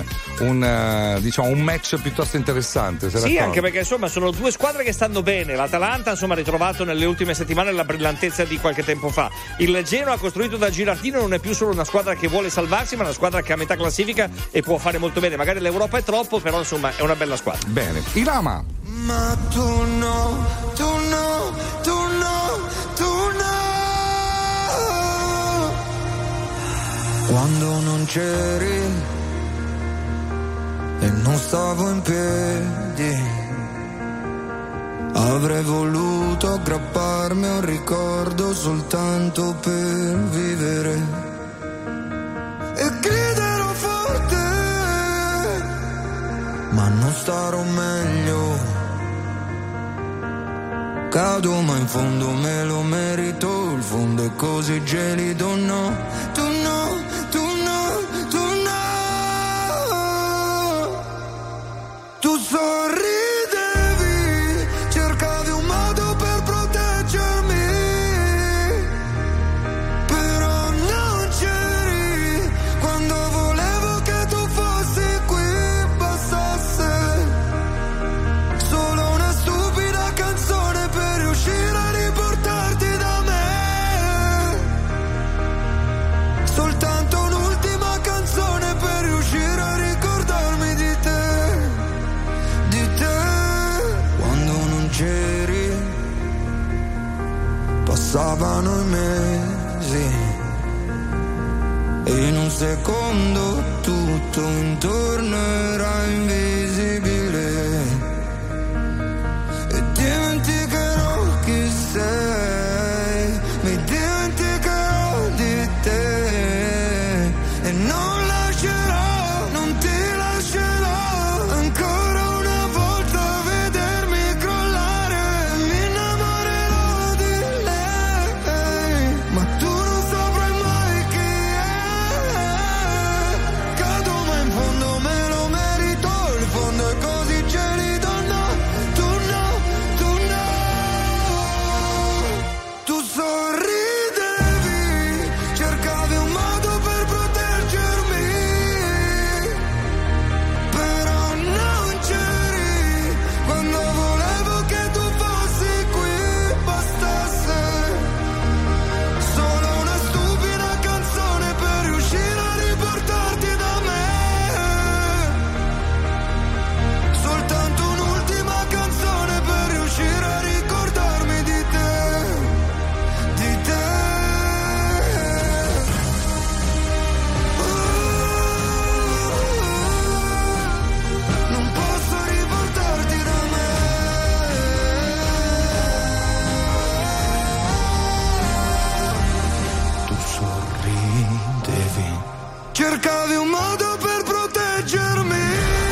un match piuttosto interessante. Sì, anche perché insomma sono due squadre che stanno bene. L'Atalanta insomma ha ritrovato nelle ultime settimane la brillantezza di qualche tempo fa. Il Genoa, costruito da Girardino, non è più solo una squadra che vuole salvarsi, ma una squadra che è a metà classifica e può fare molto bene. Magari l'Europa è troppo, però insomma è una bella squadra. Bene. Irama. Ma tu no, Quando non c'eri e non stavo in piedi, avrei voluto aggrapparmi a un ricordo soltanto per vivere e griderò forte, ma non starò meglio. Cado ma in fondo me lo merito, il fondo è così gelido, no, tu no, tu no, tu no. Tu sorridevi, cercavi un modo per proteggermi, però non c'eri quando volevo che tu fossi qui, bastasse solo una stupida canzone per riuscire a riportarti da me, soltanto un'ultima canzone per riuscire a ricordarmi di te, di te. Quando non c'eri passavano i mesi e in un secondo tutto intorno era invisibile e dimenticherò chi sei, mi dimenticherò di te e non lascerò, non ti lascerò ancora una volta vedermi crollare, mi innamorerò di lei, ma tu non saprai mai chi è. Cado ma in fondo me lo merito, il fondo è così gelido, no, tu no, tu no. Tu sorridevi, cercavi un modo per proteggermi, però non c'eri quando volevo che tu fossi qui, bastasse solo una stupida canzone per riuscire a riportarti da me, soltanto un'ultima canzone per riuscire a ricordarmi di te, di te. Non posso riportarti da me. Tu sorridevi, cercavi un modo per proteggermi,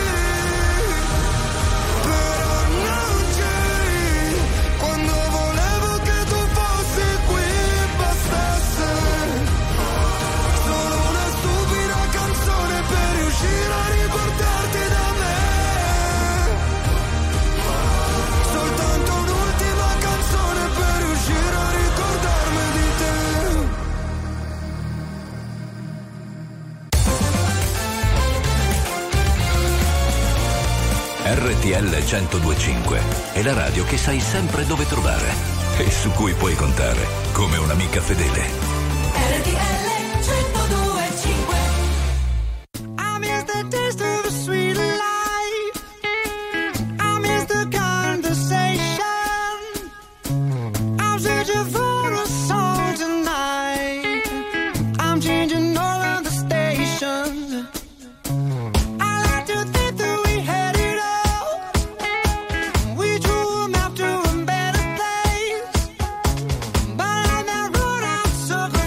però non c'eri quando volevo che tu fossi qui, bastasse solo una stupida canzone per riuscire a riportarti da me, soltanto un'ultima canzone per riuscire a ricordarmi di te. RTL 1025 è la radio che sai sempre dove trovare e su cui puoi contare come un'amica fedele. RTL 1025. I miss the taste of a sweet life. I miss the conversation. I'm searching for a song tonight. I'm changing all of the stations. I like to think that we had it all. We drew a map to a better place. But on that road I'm circling.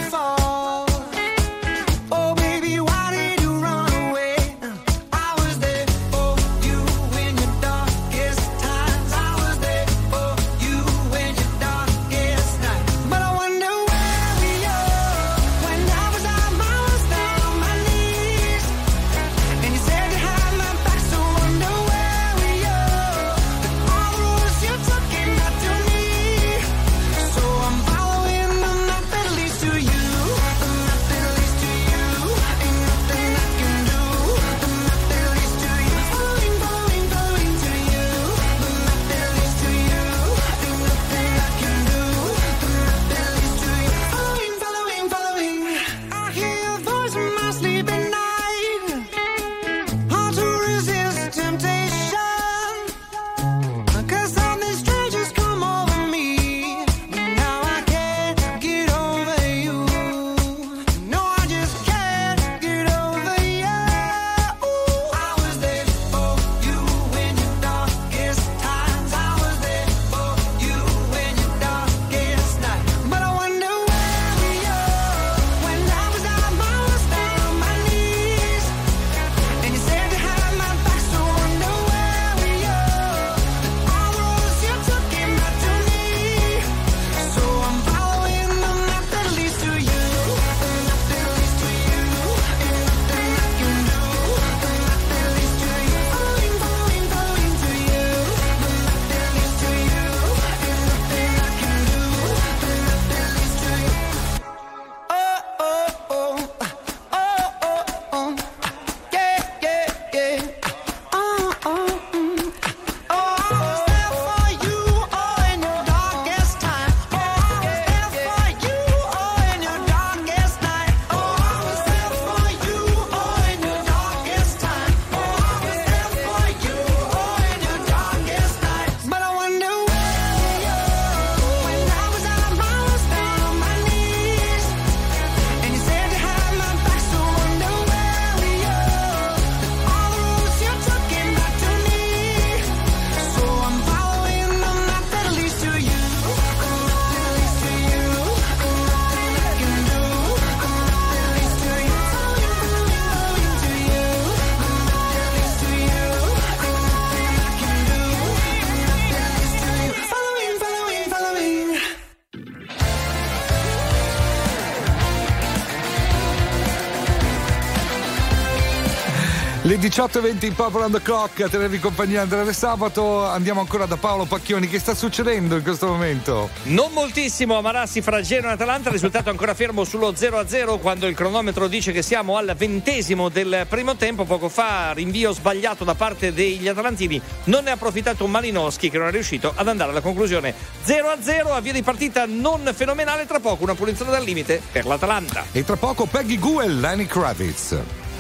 Le 18:20 in Pop Around the Clock a tenervi compagnia Andrea De Sabato. Andiamo ancora da Paolo Pacchioni. Che sta succedendo in questo momento? Non moltissimo a Marassi fra Genoa e Atalanta, risultato ancora fermo sullo 0-0 quando il cronometro dice che siamo al 20° del primo tempo. Poco fa rinvio sbagliato da parte degli atalantini, non ne ha approfittato Malinowski che non è riuscito ad andare alla conclusione. 0-0, avvio di partita non fenomenale, tra poco una punizione dal limite per l'Atalanta. E tra poco Peggy Gou e Lenny Kravitz.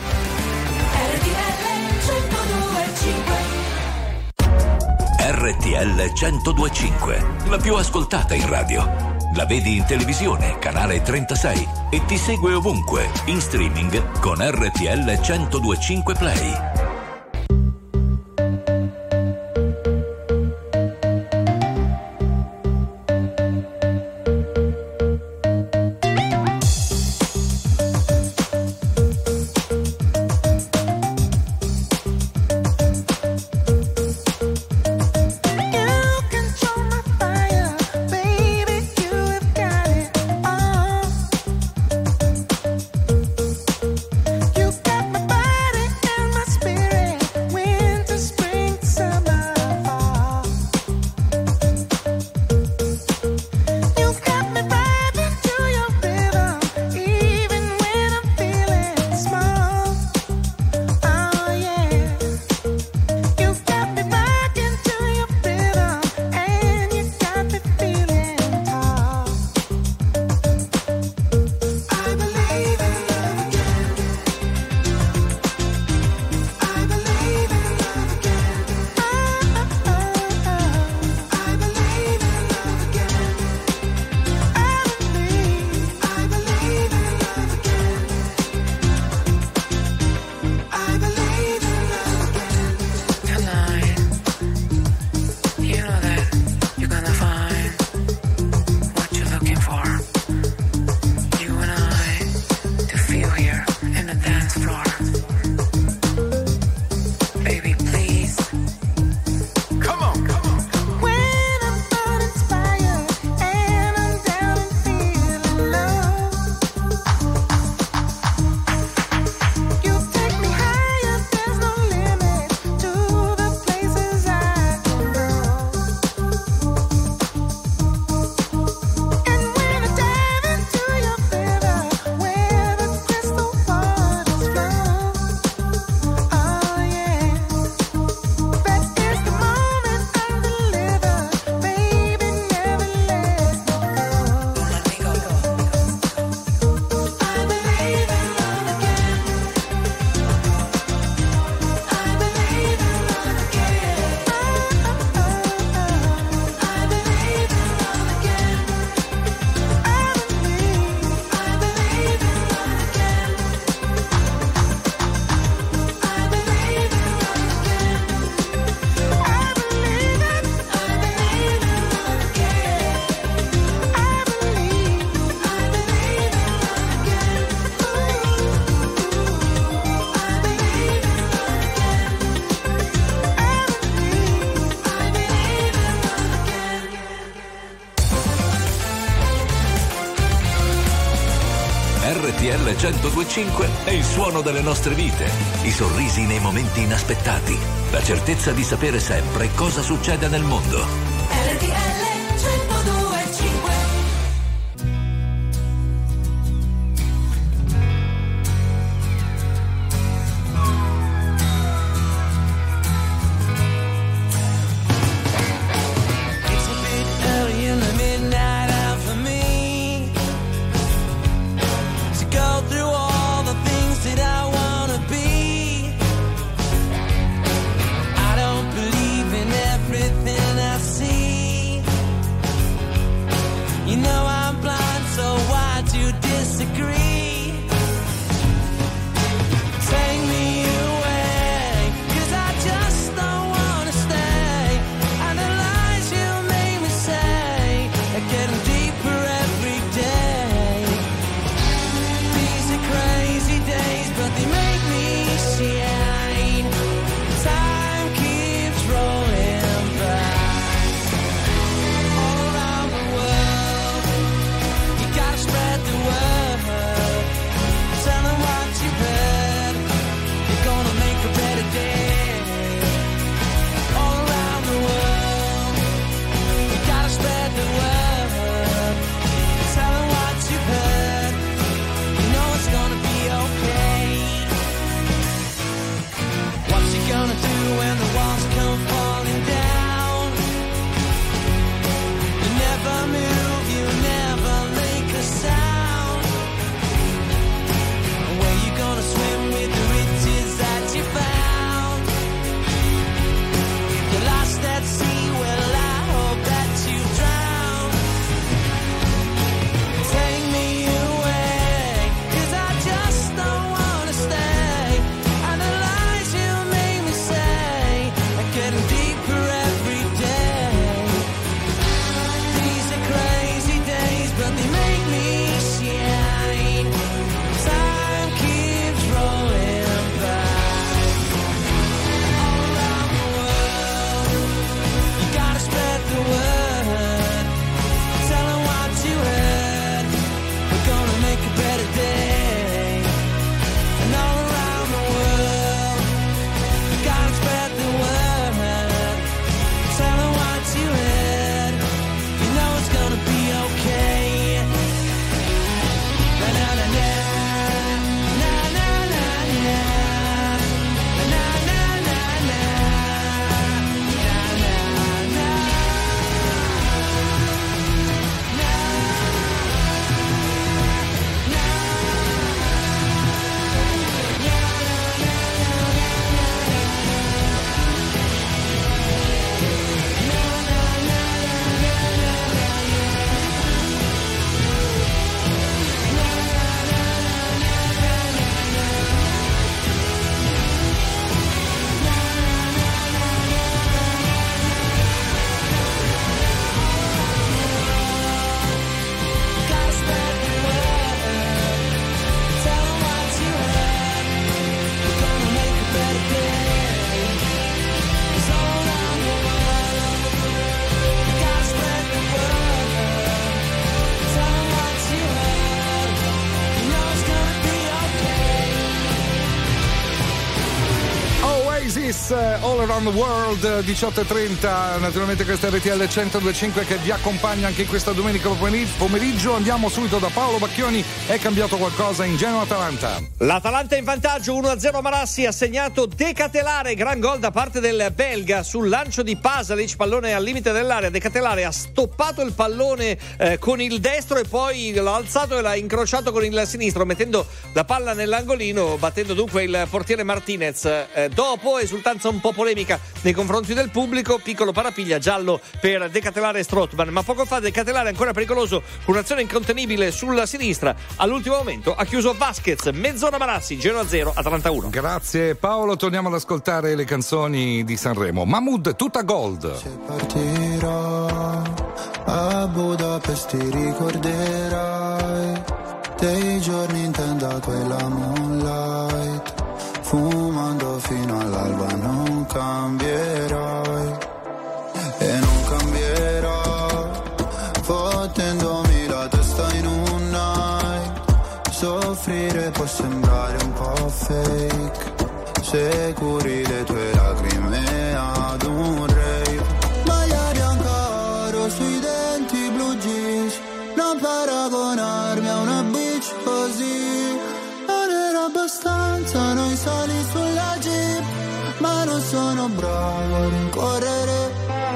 RTL 102.5, la più ascoltata in radio. La vedi in televisione, canale 36 e ti segue ovunque, in streaming con RTL 102.5 Play. RTL 102.5 è il suono delle nostre vite, i sorrisi nei momenti inaspettati, la certezza di sapere sempre cosa succede nel mondo. RTL 102.5. It's a bit early in the midnight hour for me to go through all the things that I wanna be. I don't believe in everything I see. Kiss, All Around the World, 18:30. Naturalmente questa è RTL 102.5 che vi accompagna anche in questa domenica pomeriggio. Andiamo subito da Paolo Bacchioni. È cambiato qualcosa in Genoa-Atalanta? L'Atalanta in vantaggio 1-0. Marassi ha segnato De Ketelare, gran gol da parte del belga sul lancio di Pasalic, pallone al limite dell'area. De Ketelare ha stoppato il pallone con il destro e poi l'ha alzato e l'ha incrociato con il sinistro, mettendo la palla nell'angolino, battendo dunque il portiere Martinez. Dopo esultanza un po' polemica nei confronti del pubblico, piccolo parapiglia, giallo per De Ketelare e Strootman, ma poco fa De Ketelare ancora pericoloso con un'azione incontenibile sulla sinistra. All'ultimo momento ha chiuso Vasquez. Mezz'ora Marassi, Genoa 0, Atalanta 1. Grazie Paolo, torniamo ad ascoltare le canzoni di Sanremo. Mahmood, tutta gold. Se partirò a Budapest ti ricorderai dei giorni in tenda quella moonlight, fumando fino all'alba. Non cambierai e non cambierò, fottendomi la testa in un night. Soffrire può sembrare un po' fake, se curi le tue lacrime ad un rave. Maglia bianca oro sui denti, blue jeans, non paragonarmi a una bitch così. Non era abbastanza noi sali sulla jeep, ma non sono bravo a rincorrere.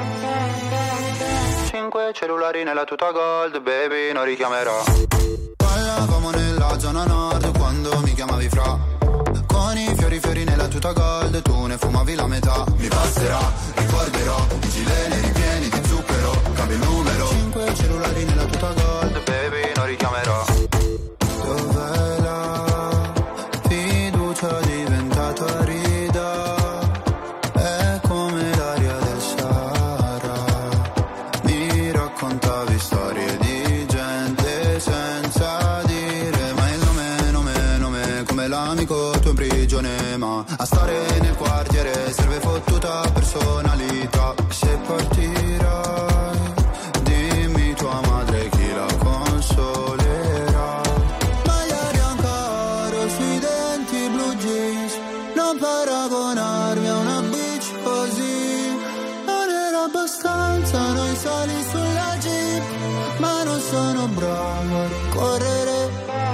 5 cellulari nella tuta gold, baby, non richiamerò. Parlavamo nella zona nord quando mi chiamavi fra, con i fiori nella tuta gold, tu ne fumavi la metà. Mi passerà, ricorderò, i gileni ripieni di zucchero, cambio il numero. 5 cellulari nella tuta gold, baby, non richiamerò. Dov'è la fiducia diventata rida? È come l'aria del Sahara. Mi raccontavi storie di gente senza dire mai il nome, come l'amico tuo in prigione, ma a stare nel quartiere serve fottuta personalità. Se partirai, dimmi tua madre chi la consolerà. Maglia bianca oro sui denti, blue jeans, non paragonarmi a una bitch così. Non era abbastanza noi sali sulla jeep, ma non sono bravo a correre.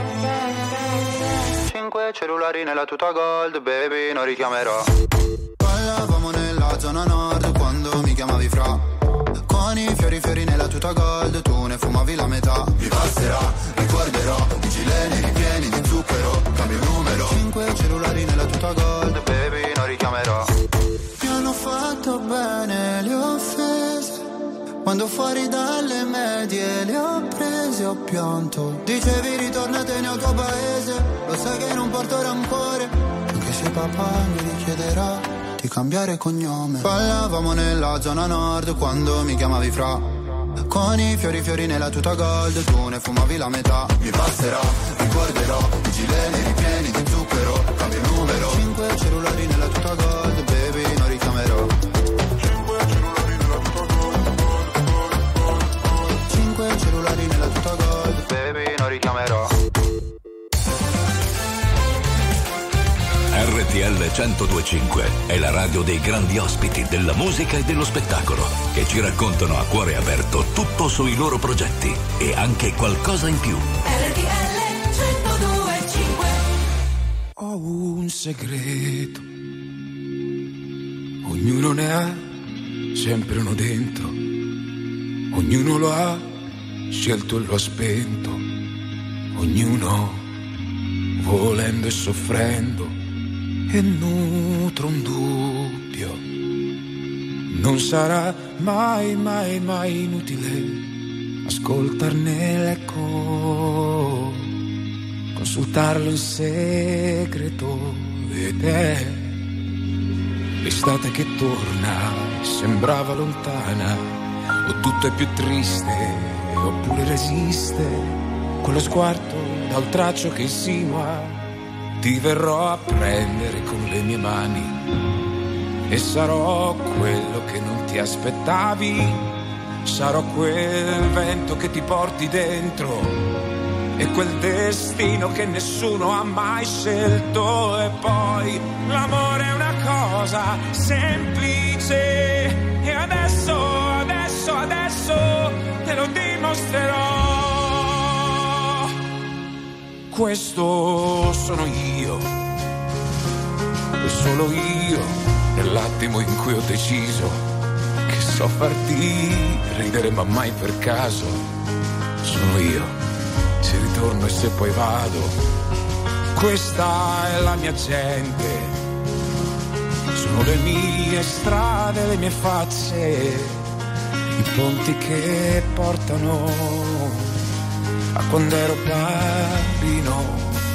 5 cellulari nella tuta gold, baby, non richiamerò. Parlavamo nella zona nord quando mi chiamavi fra, con i fiori nella tuta gold, tu ne fumavi la metà. Mi passerà, ricorderò, i gileni ripieni di zucchero, cambio il numero. 5 cellulari nella tuta gold, baby, non richiamerò. Mi hanno fatto bene le offese, quando fuori dalle medie le ho prese, ho pianto. Dicevi ritornatene al tuo paese, lo sai che non porto rancore, anche se papà mi richiederà di cambiare cognome. Parlavamo nella zona nord quando mi chiamavi fra, con i fiori nella tuta gold, tu ne fumavi la metà. Mi passerà, ricorderò, i gileni ripieni di zucchero, cambio il numero. 5 cellulari nella tuta gold, baby, non richiamerò. 5 cellulari nella tuta gold, baby, non richiamerò. RTL 102.5 è la radio dei grandi ospiti della musica e dello spettacolo, che ci raccontano a cuore aperto tutto sui loro progetti e anche qualcosa in più. RTL 102.5. Ho un segreto, ognuno ne ha sempre uno dentro, ognuno lo ha scelto e lo ha spento, ognuno volendo e soffrendo, e nutro un dubbio. Non sarà mai, mai, mai inutile ascoltarne l'eco, consultarlo in segreto, ed è l'estate che torna, sembrava lontana, o tutto è più triste, oppure resiste quello sguardo dal traccio che insinua. Ti verrò a prendere con le mie mani e sarò quello che non ti aspettavi. Sarò quel vento che ti porti dentro e quel destino che nessuno ha mai scelto. E poi l'amore è una cosa semplice e adesso te lo dimostrerò. Questo sono io, e solo io, nell'attimo in cui ho deciso che so farti ridere ma mai per caso. Sono io, se ritorno e se poi vado. Questa è la mia gente, sono le mie strade, le mie facce, i ponti che portano a quando ero bambino,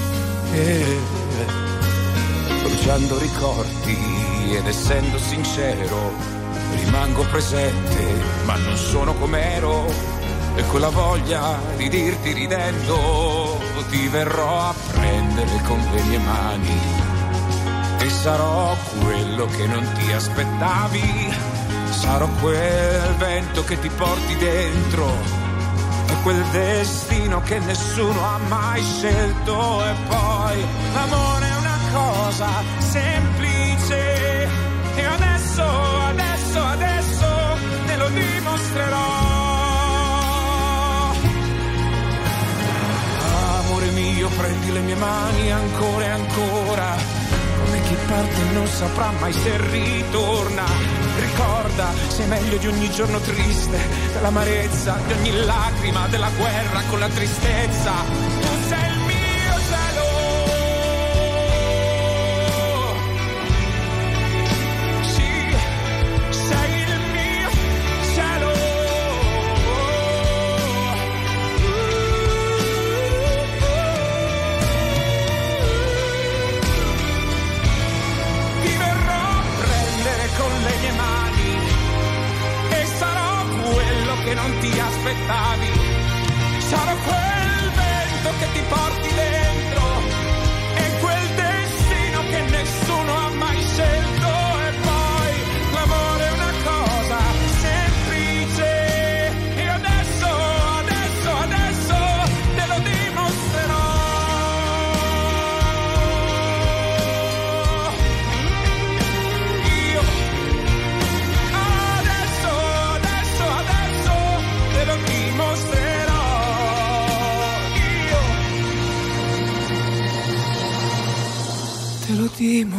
bruciando ricordi ed essendo sincero rimango presente ma non sono com'ero, e quella voglia di dirti ridendo ti verrò a prendere con le mie mani e sarò quello che non ti aspettavi. Sarò quel vento che ti porti dentro e quel destino che nessuno ha mai scelto. E poi l'amore è una cosa semplice e adesso te lo dimostrerò. Amore mio, prendi le mie mani ancora e ancora, come chi parte non saprà mai se ritorna. Ricorda, sei meglio di ogni giorno triste, dell'amarezza, di ogni lacrima, della guerra con la tristezza. Tu sei il mio cielo, sì, sei il mio cielo. Ti verrò a prendere con le mie mani e sarò quello che non ti aspettavi. Sarò quel vento che ti porti dentro e quel destino che nessuno ha mai scelto. E poi l'amore è una cosa semplice e adesso te lo dimostrerò. Io adesso te lo dimostrerò. Io te lo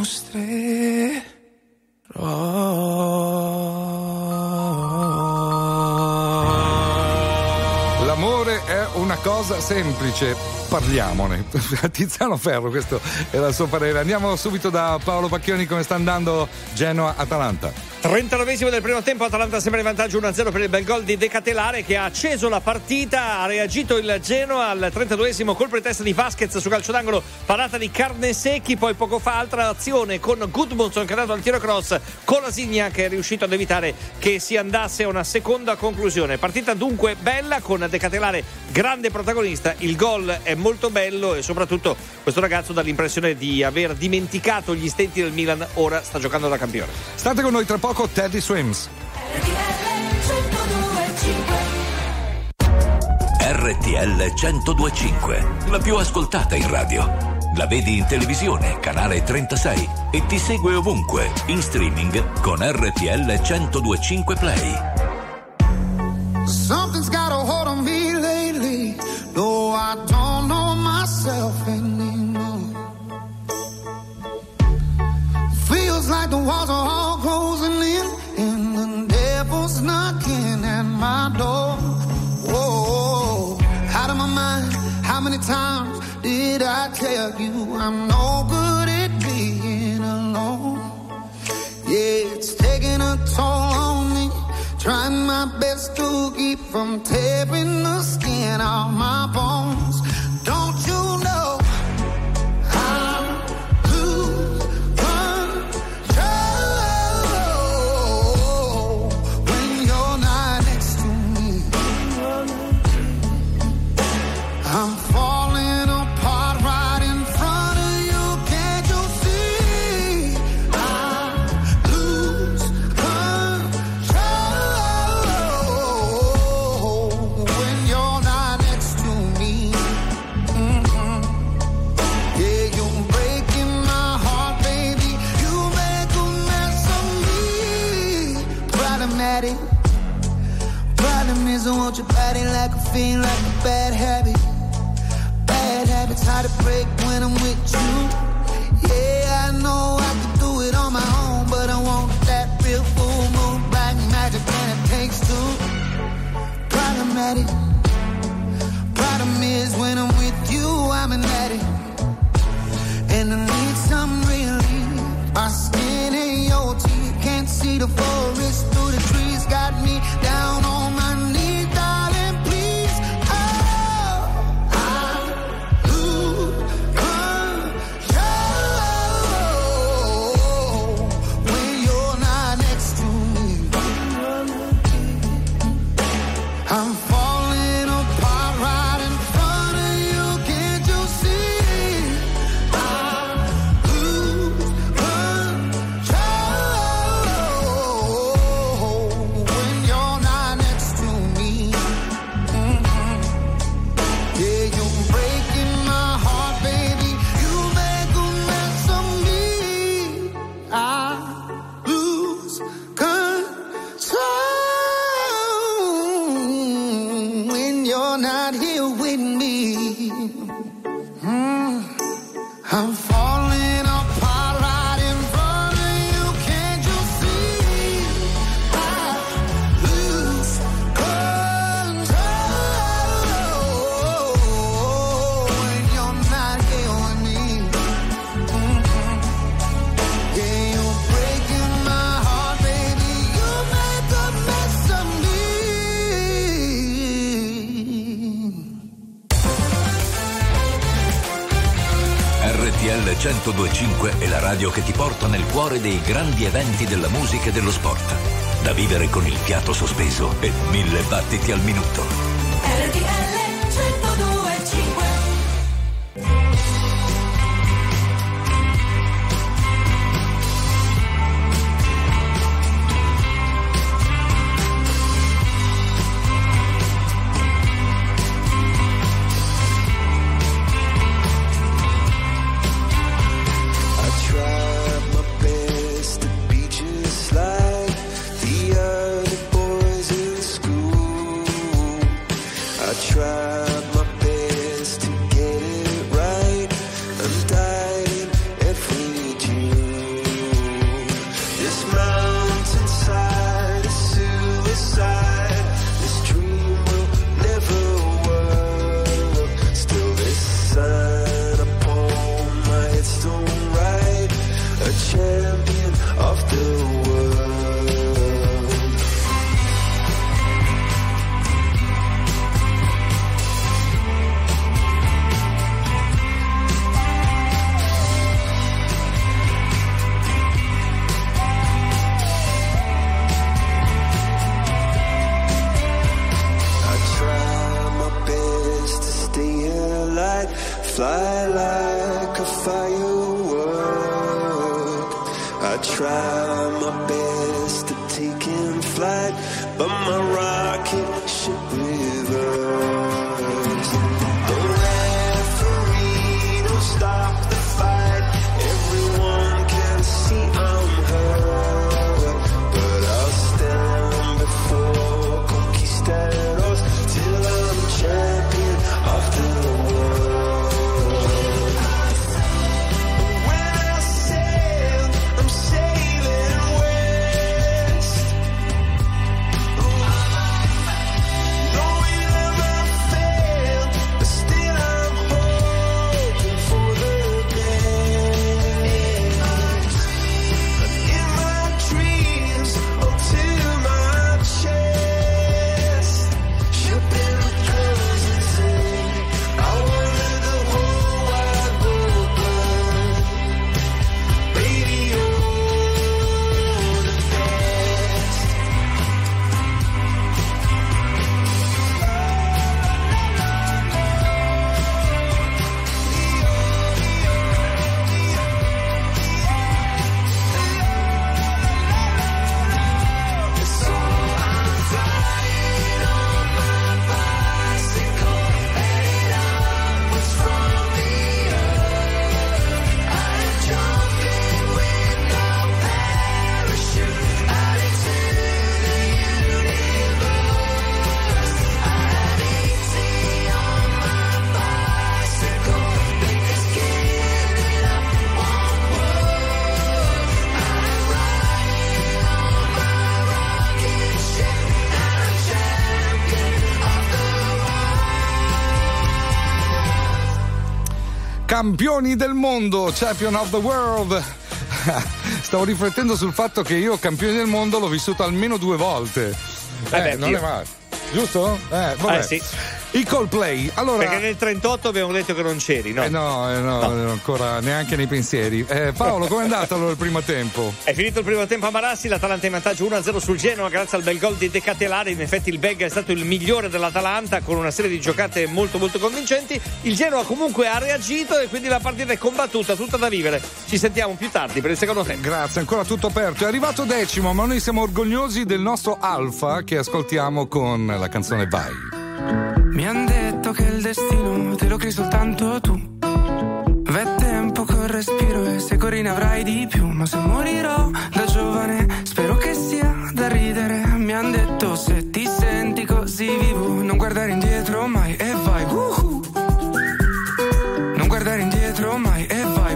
dimostrerò. L'amore è una cosa semplice, parliamone. Tiziano Ferro, questo era il suo parere. Andiamo subito da Paolo Pacchioni. Come sta andando Genoa-Atalanta? 39esimo del primo tempo, Atalanta sembra in vantaggio 1-0 per il bel gol di De Catelare che ha acceso la partita. Ha reagito il Genoa al 32esimo, colpo di testa di Vasquez su calcio d'angolo, parata di Carnesecchi. Poi poco fa altra azione con Gudmundsson che ha dato al tiro cross, Colassigna che è riuscito ad evitare che si andasse a una seconda conclusione. Partita dunque bella con De Catelare grande protagonista. Il gol è molto bello e soprattutto questo ragazzo dà l'impressione di aver dimenticato gli stenti del Milan, ora sta giocando da campione. State con noi tra poco, Teddy Swims. RTL 102.5, la più ascoltata in radio. La vedi in televisione, canale 36 e ti segue ovunque, in streaming con RTL 102.5 Play. Something's got a hold on me lately. No, I don't know myself anymore. Feels like the walls are all closing in and the devil's knocking at my door. Whoa, out of my mind. How many times did I tell you I'm no good at being alone? Yeah, it's taking a toll on me. Trying my best to keep from tearing the skin off my bones. Don't you know I lose control when you're not next to me? I'm falling apart right in front of you. Can't you see? I lose control when you're not next to me. promise I want your body like a fiend, like a bad habit. Bad habits hard to break when I'm with you. Yeah, I know I can do it on my own, but I want that real full moon, black magic, and it takes two. Problematic. Problem is when I'm with you, I'm an addict, and I need some relief. My skin ain't your teeth, can't see the forest through the trees. Got me down on my knees, darling, please. Oh, I lose control when you're not next to me. I'm falling apart right in front of you, can't you see? I lose control when you're not next to me. Yeah, you're breaking my heart, baby. You make a mess of me. I lose control when you're not here with me. I'm falling apart right in front of you, can't you see? I lose control when you're not here with me. Yeah, you're breaking my heart, baby. You make a mess of me. RTL 102.5 è la radio che ti porta nel cuore dei grandi eventi della musica e dello sport. Da vivere con il fiato sospeso e 1000 battiti al minuto. RTL 102.5. I tried my best to be just like the other boys in school. I tried my best to get it right. I'm dying every June. This mountainside is suicide. This dream will never work. Still this sign upon my headstone right. A champion of the world. I try my best to stay alive, fly like a firework. I try my best to take in flight, but my rocket ship reversed. The referee don't stop the fight. Everyone can see I'm hurt, but I'll stand before conquistadors till I'm champion of the world. When I sail, I'm sailing west. Oh, Campioni del mondo, champion of the world. Stavo riflettendo sul fatto che io Campioni del mondo l'ho vissuto almeno 2 volte. Non è male. Giusto? Vabbè. Sì. I Coldplay, allora. Perché nel 38 abbiamo detto che non c'eri, no? No, ancora neanche nei pensieri. Paolo, com'è andato allora il primo tempo? È finito il primo tempo a Marassi, l'Atalanta in vantaggio 1-0 sul Genoa grazie al bel gol di De Catelari. In effetti il belga è stato il migliore dell'Atalanta con una serie di giocate molto molto convincenti. Il Genoa comunque ha reagito e quindi la partita è combattuta, tutta da vivere. Ci sentiamo più tardi per il secondo tempo. Grazie, ancora tutto aperto. È arrivato 10º, ma noi siamo orgogliosi del nostro Alfa che ascoltiamo con la canzone Vai. Mi han detto che il destino te lo crei soltanto tu. V'è tempo col respiro e se corri ne avrai di più. Ma se morirò da giovane spero che sia da ridere. Mi han detto se ti senti così vivo non guardare indietro mai e vai. Non guardare indietro mai e vai.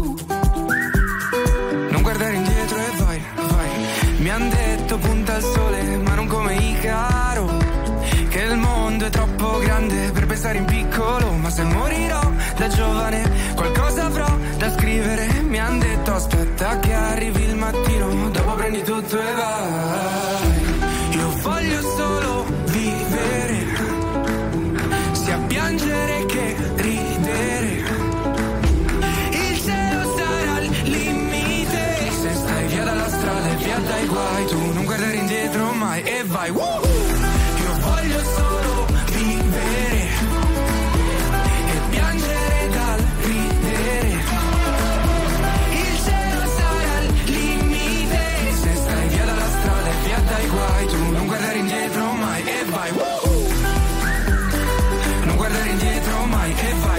Non guardare indietro e vai, vai. Mi han detto punta al sole ma non come Icaro, che il mondo è troppo grande per pensare in piccolo. Ma se morirò da giovane qualcosa avrò da scrivere. Mi han detto aspetta che arrivi il mattino, dopo prendi tutto e vai. Io voglio solo vivere, sia piangere che ridere. Il cielo sarà al limite, se stai via dalla strada e via dai guai. Tu non guardare indietro mai e vai. Voglio solo vivere e piangere dal ridere. Il cielo sarà al limite, se stai via dalla strada e via dai guai. Tu non guardare indietro mai e vai. Non guardare indietro mai e vai.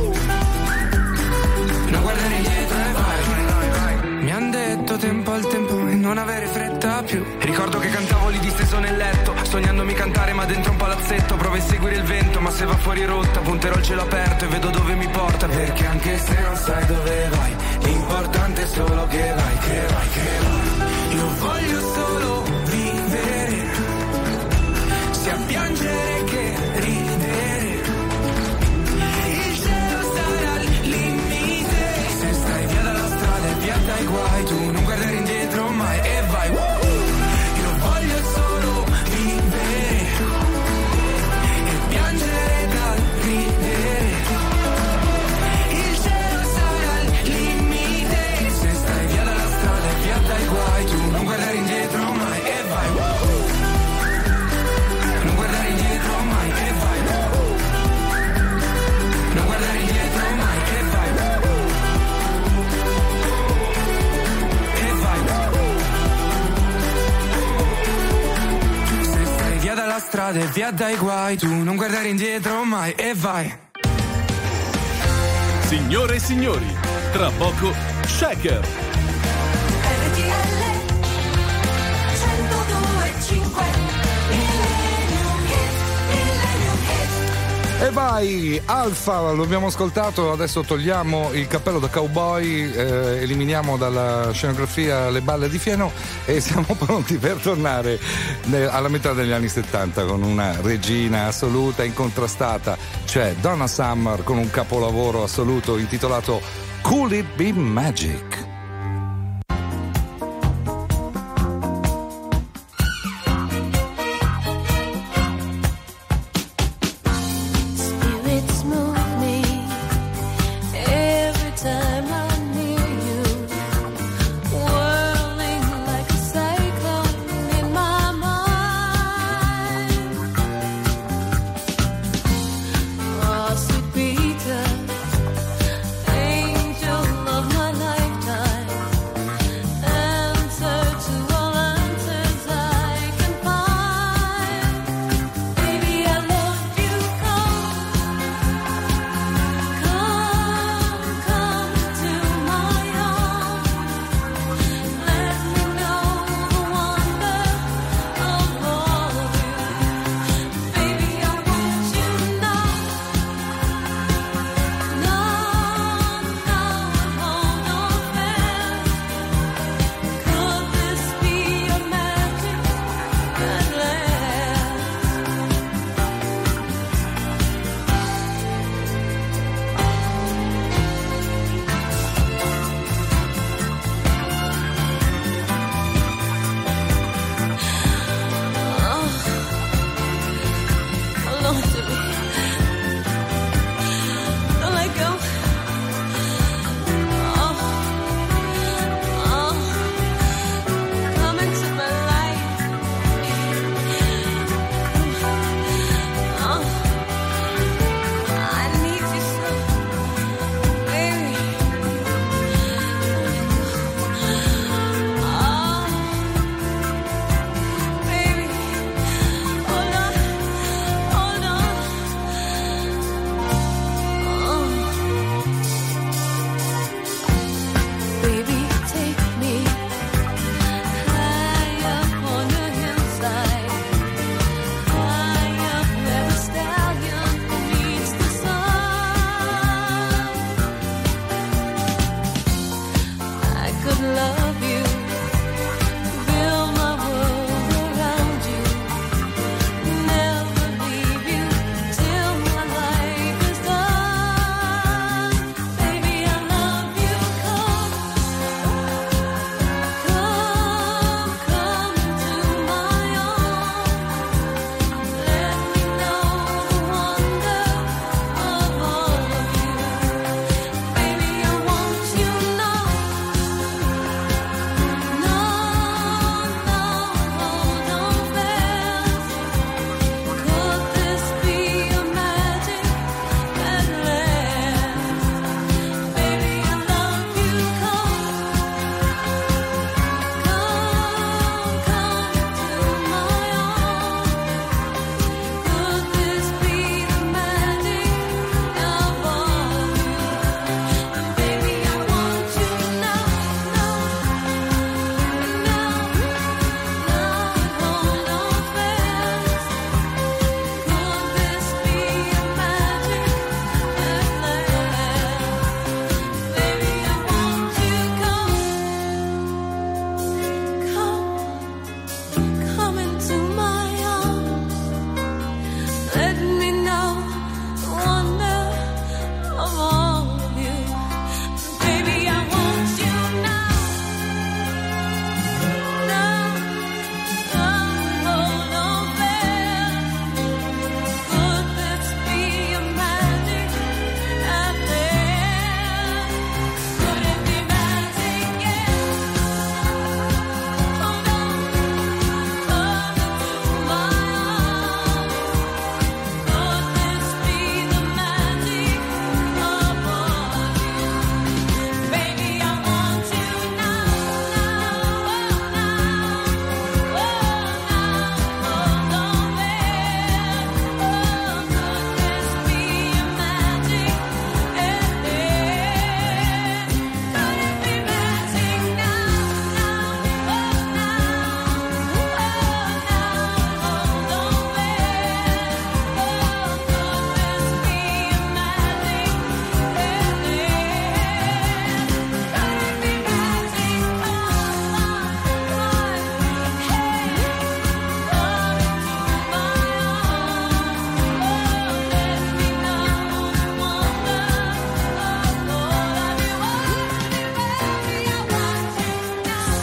Non guardare indietro e vai. Mi han detto tempo al tempo e non avere fretta più. Ricordo che cantavo lì disteso nel letto, sognandomi cantare ma dentro un palazzetto. Provo a seguire il vento ma se va fuori rotta punterò il cielo aperto e vedo dove mi porta. Perché anche se non sai dove vai, l'importante è solo che vai, che vai, che vai. Io voglio solo vivere, sia piangere che ridere. Il cielo sarà al limite, se stai via dalla strada e via dai guai. Tu non guardare indietro mai e vai. Strade via dai guai, tu non guardare indietro mai e vai. Signore e signori, tra poco Shaker. E vai, Alfa, lo abbiamo ascoltato, adesso togliamo il cappello da cowboy, eliminiamo dalla scenografia le balle di fieno e siamo pronti per tornare alla metà degli anni 70 con una regina assoluta, incontrastata, cioè Donna Summer con un capolavoro assoluto intitolato Could It Be Magic? Angel of my lifetime.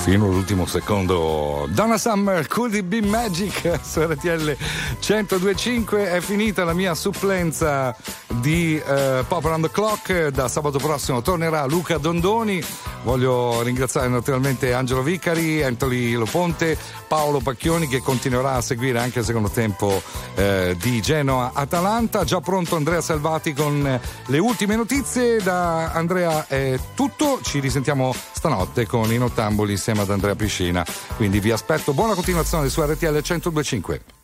fino all'ultimo secondo. Donna Summer, Could It Be Magic su RTL 102.5. È finita la mia supplenza di Pop Around the Clock. Da sabato prossimo tornerà Luca Dondoni. Voglio ringraziare naturalmente Angelo Vicari, Anthony Loponte, Paolo Pacchioni, che continuerà a seguire anche il secondo tempo di Genoa-Atalanta. Già pronto Andrea Salvati con le ultime notizie. Da Andrea è tutto, ci risentiamo stanotte con i Nottamboli insieme ad Andrea Piscina, quindi vi aspetto. Buona continuazione su RTL 102.5.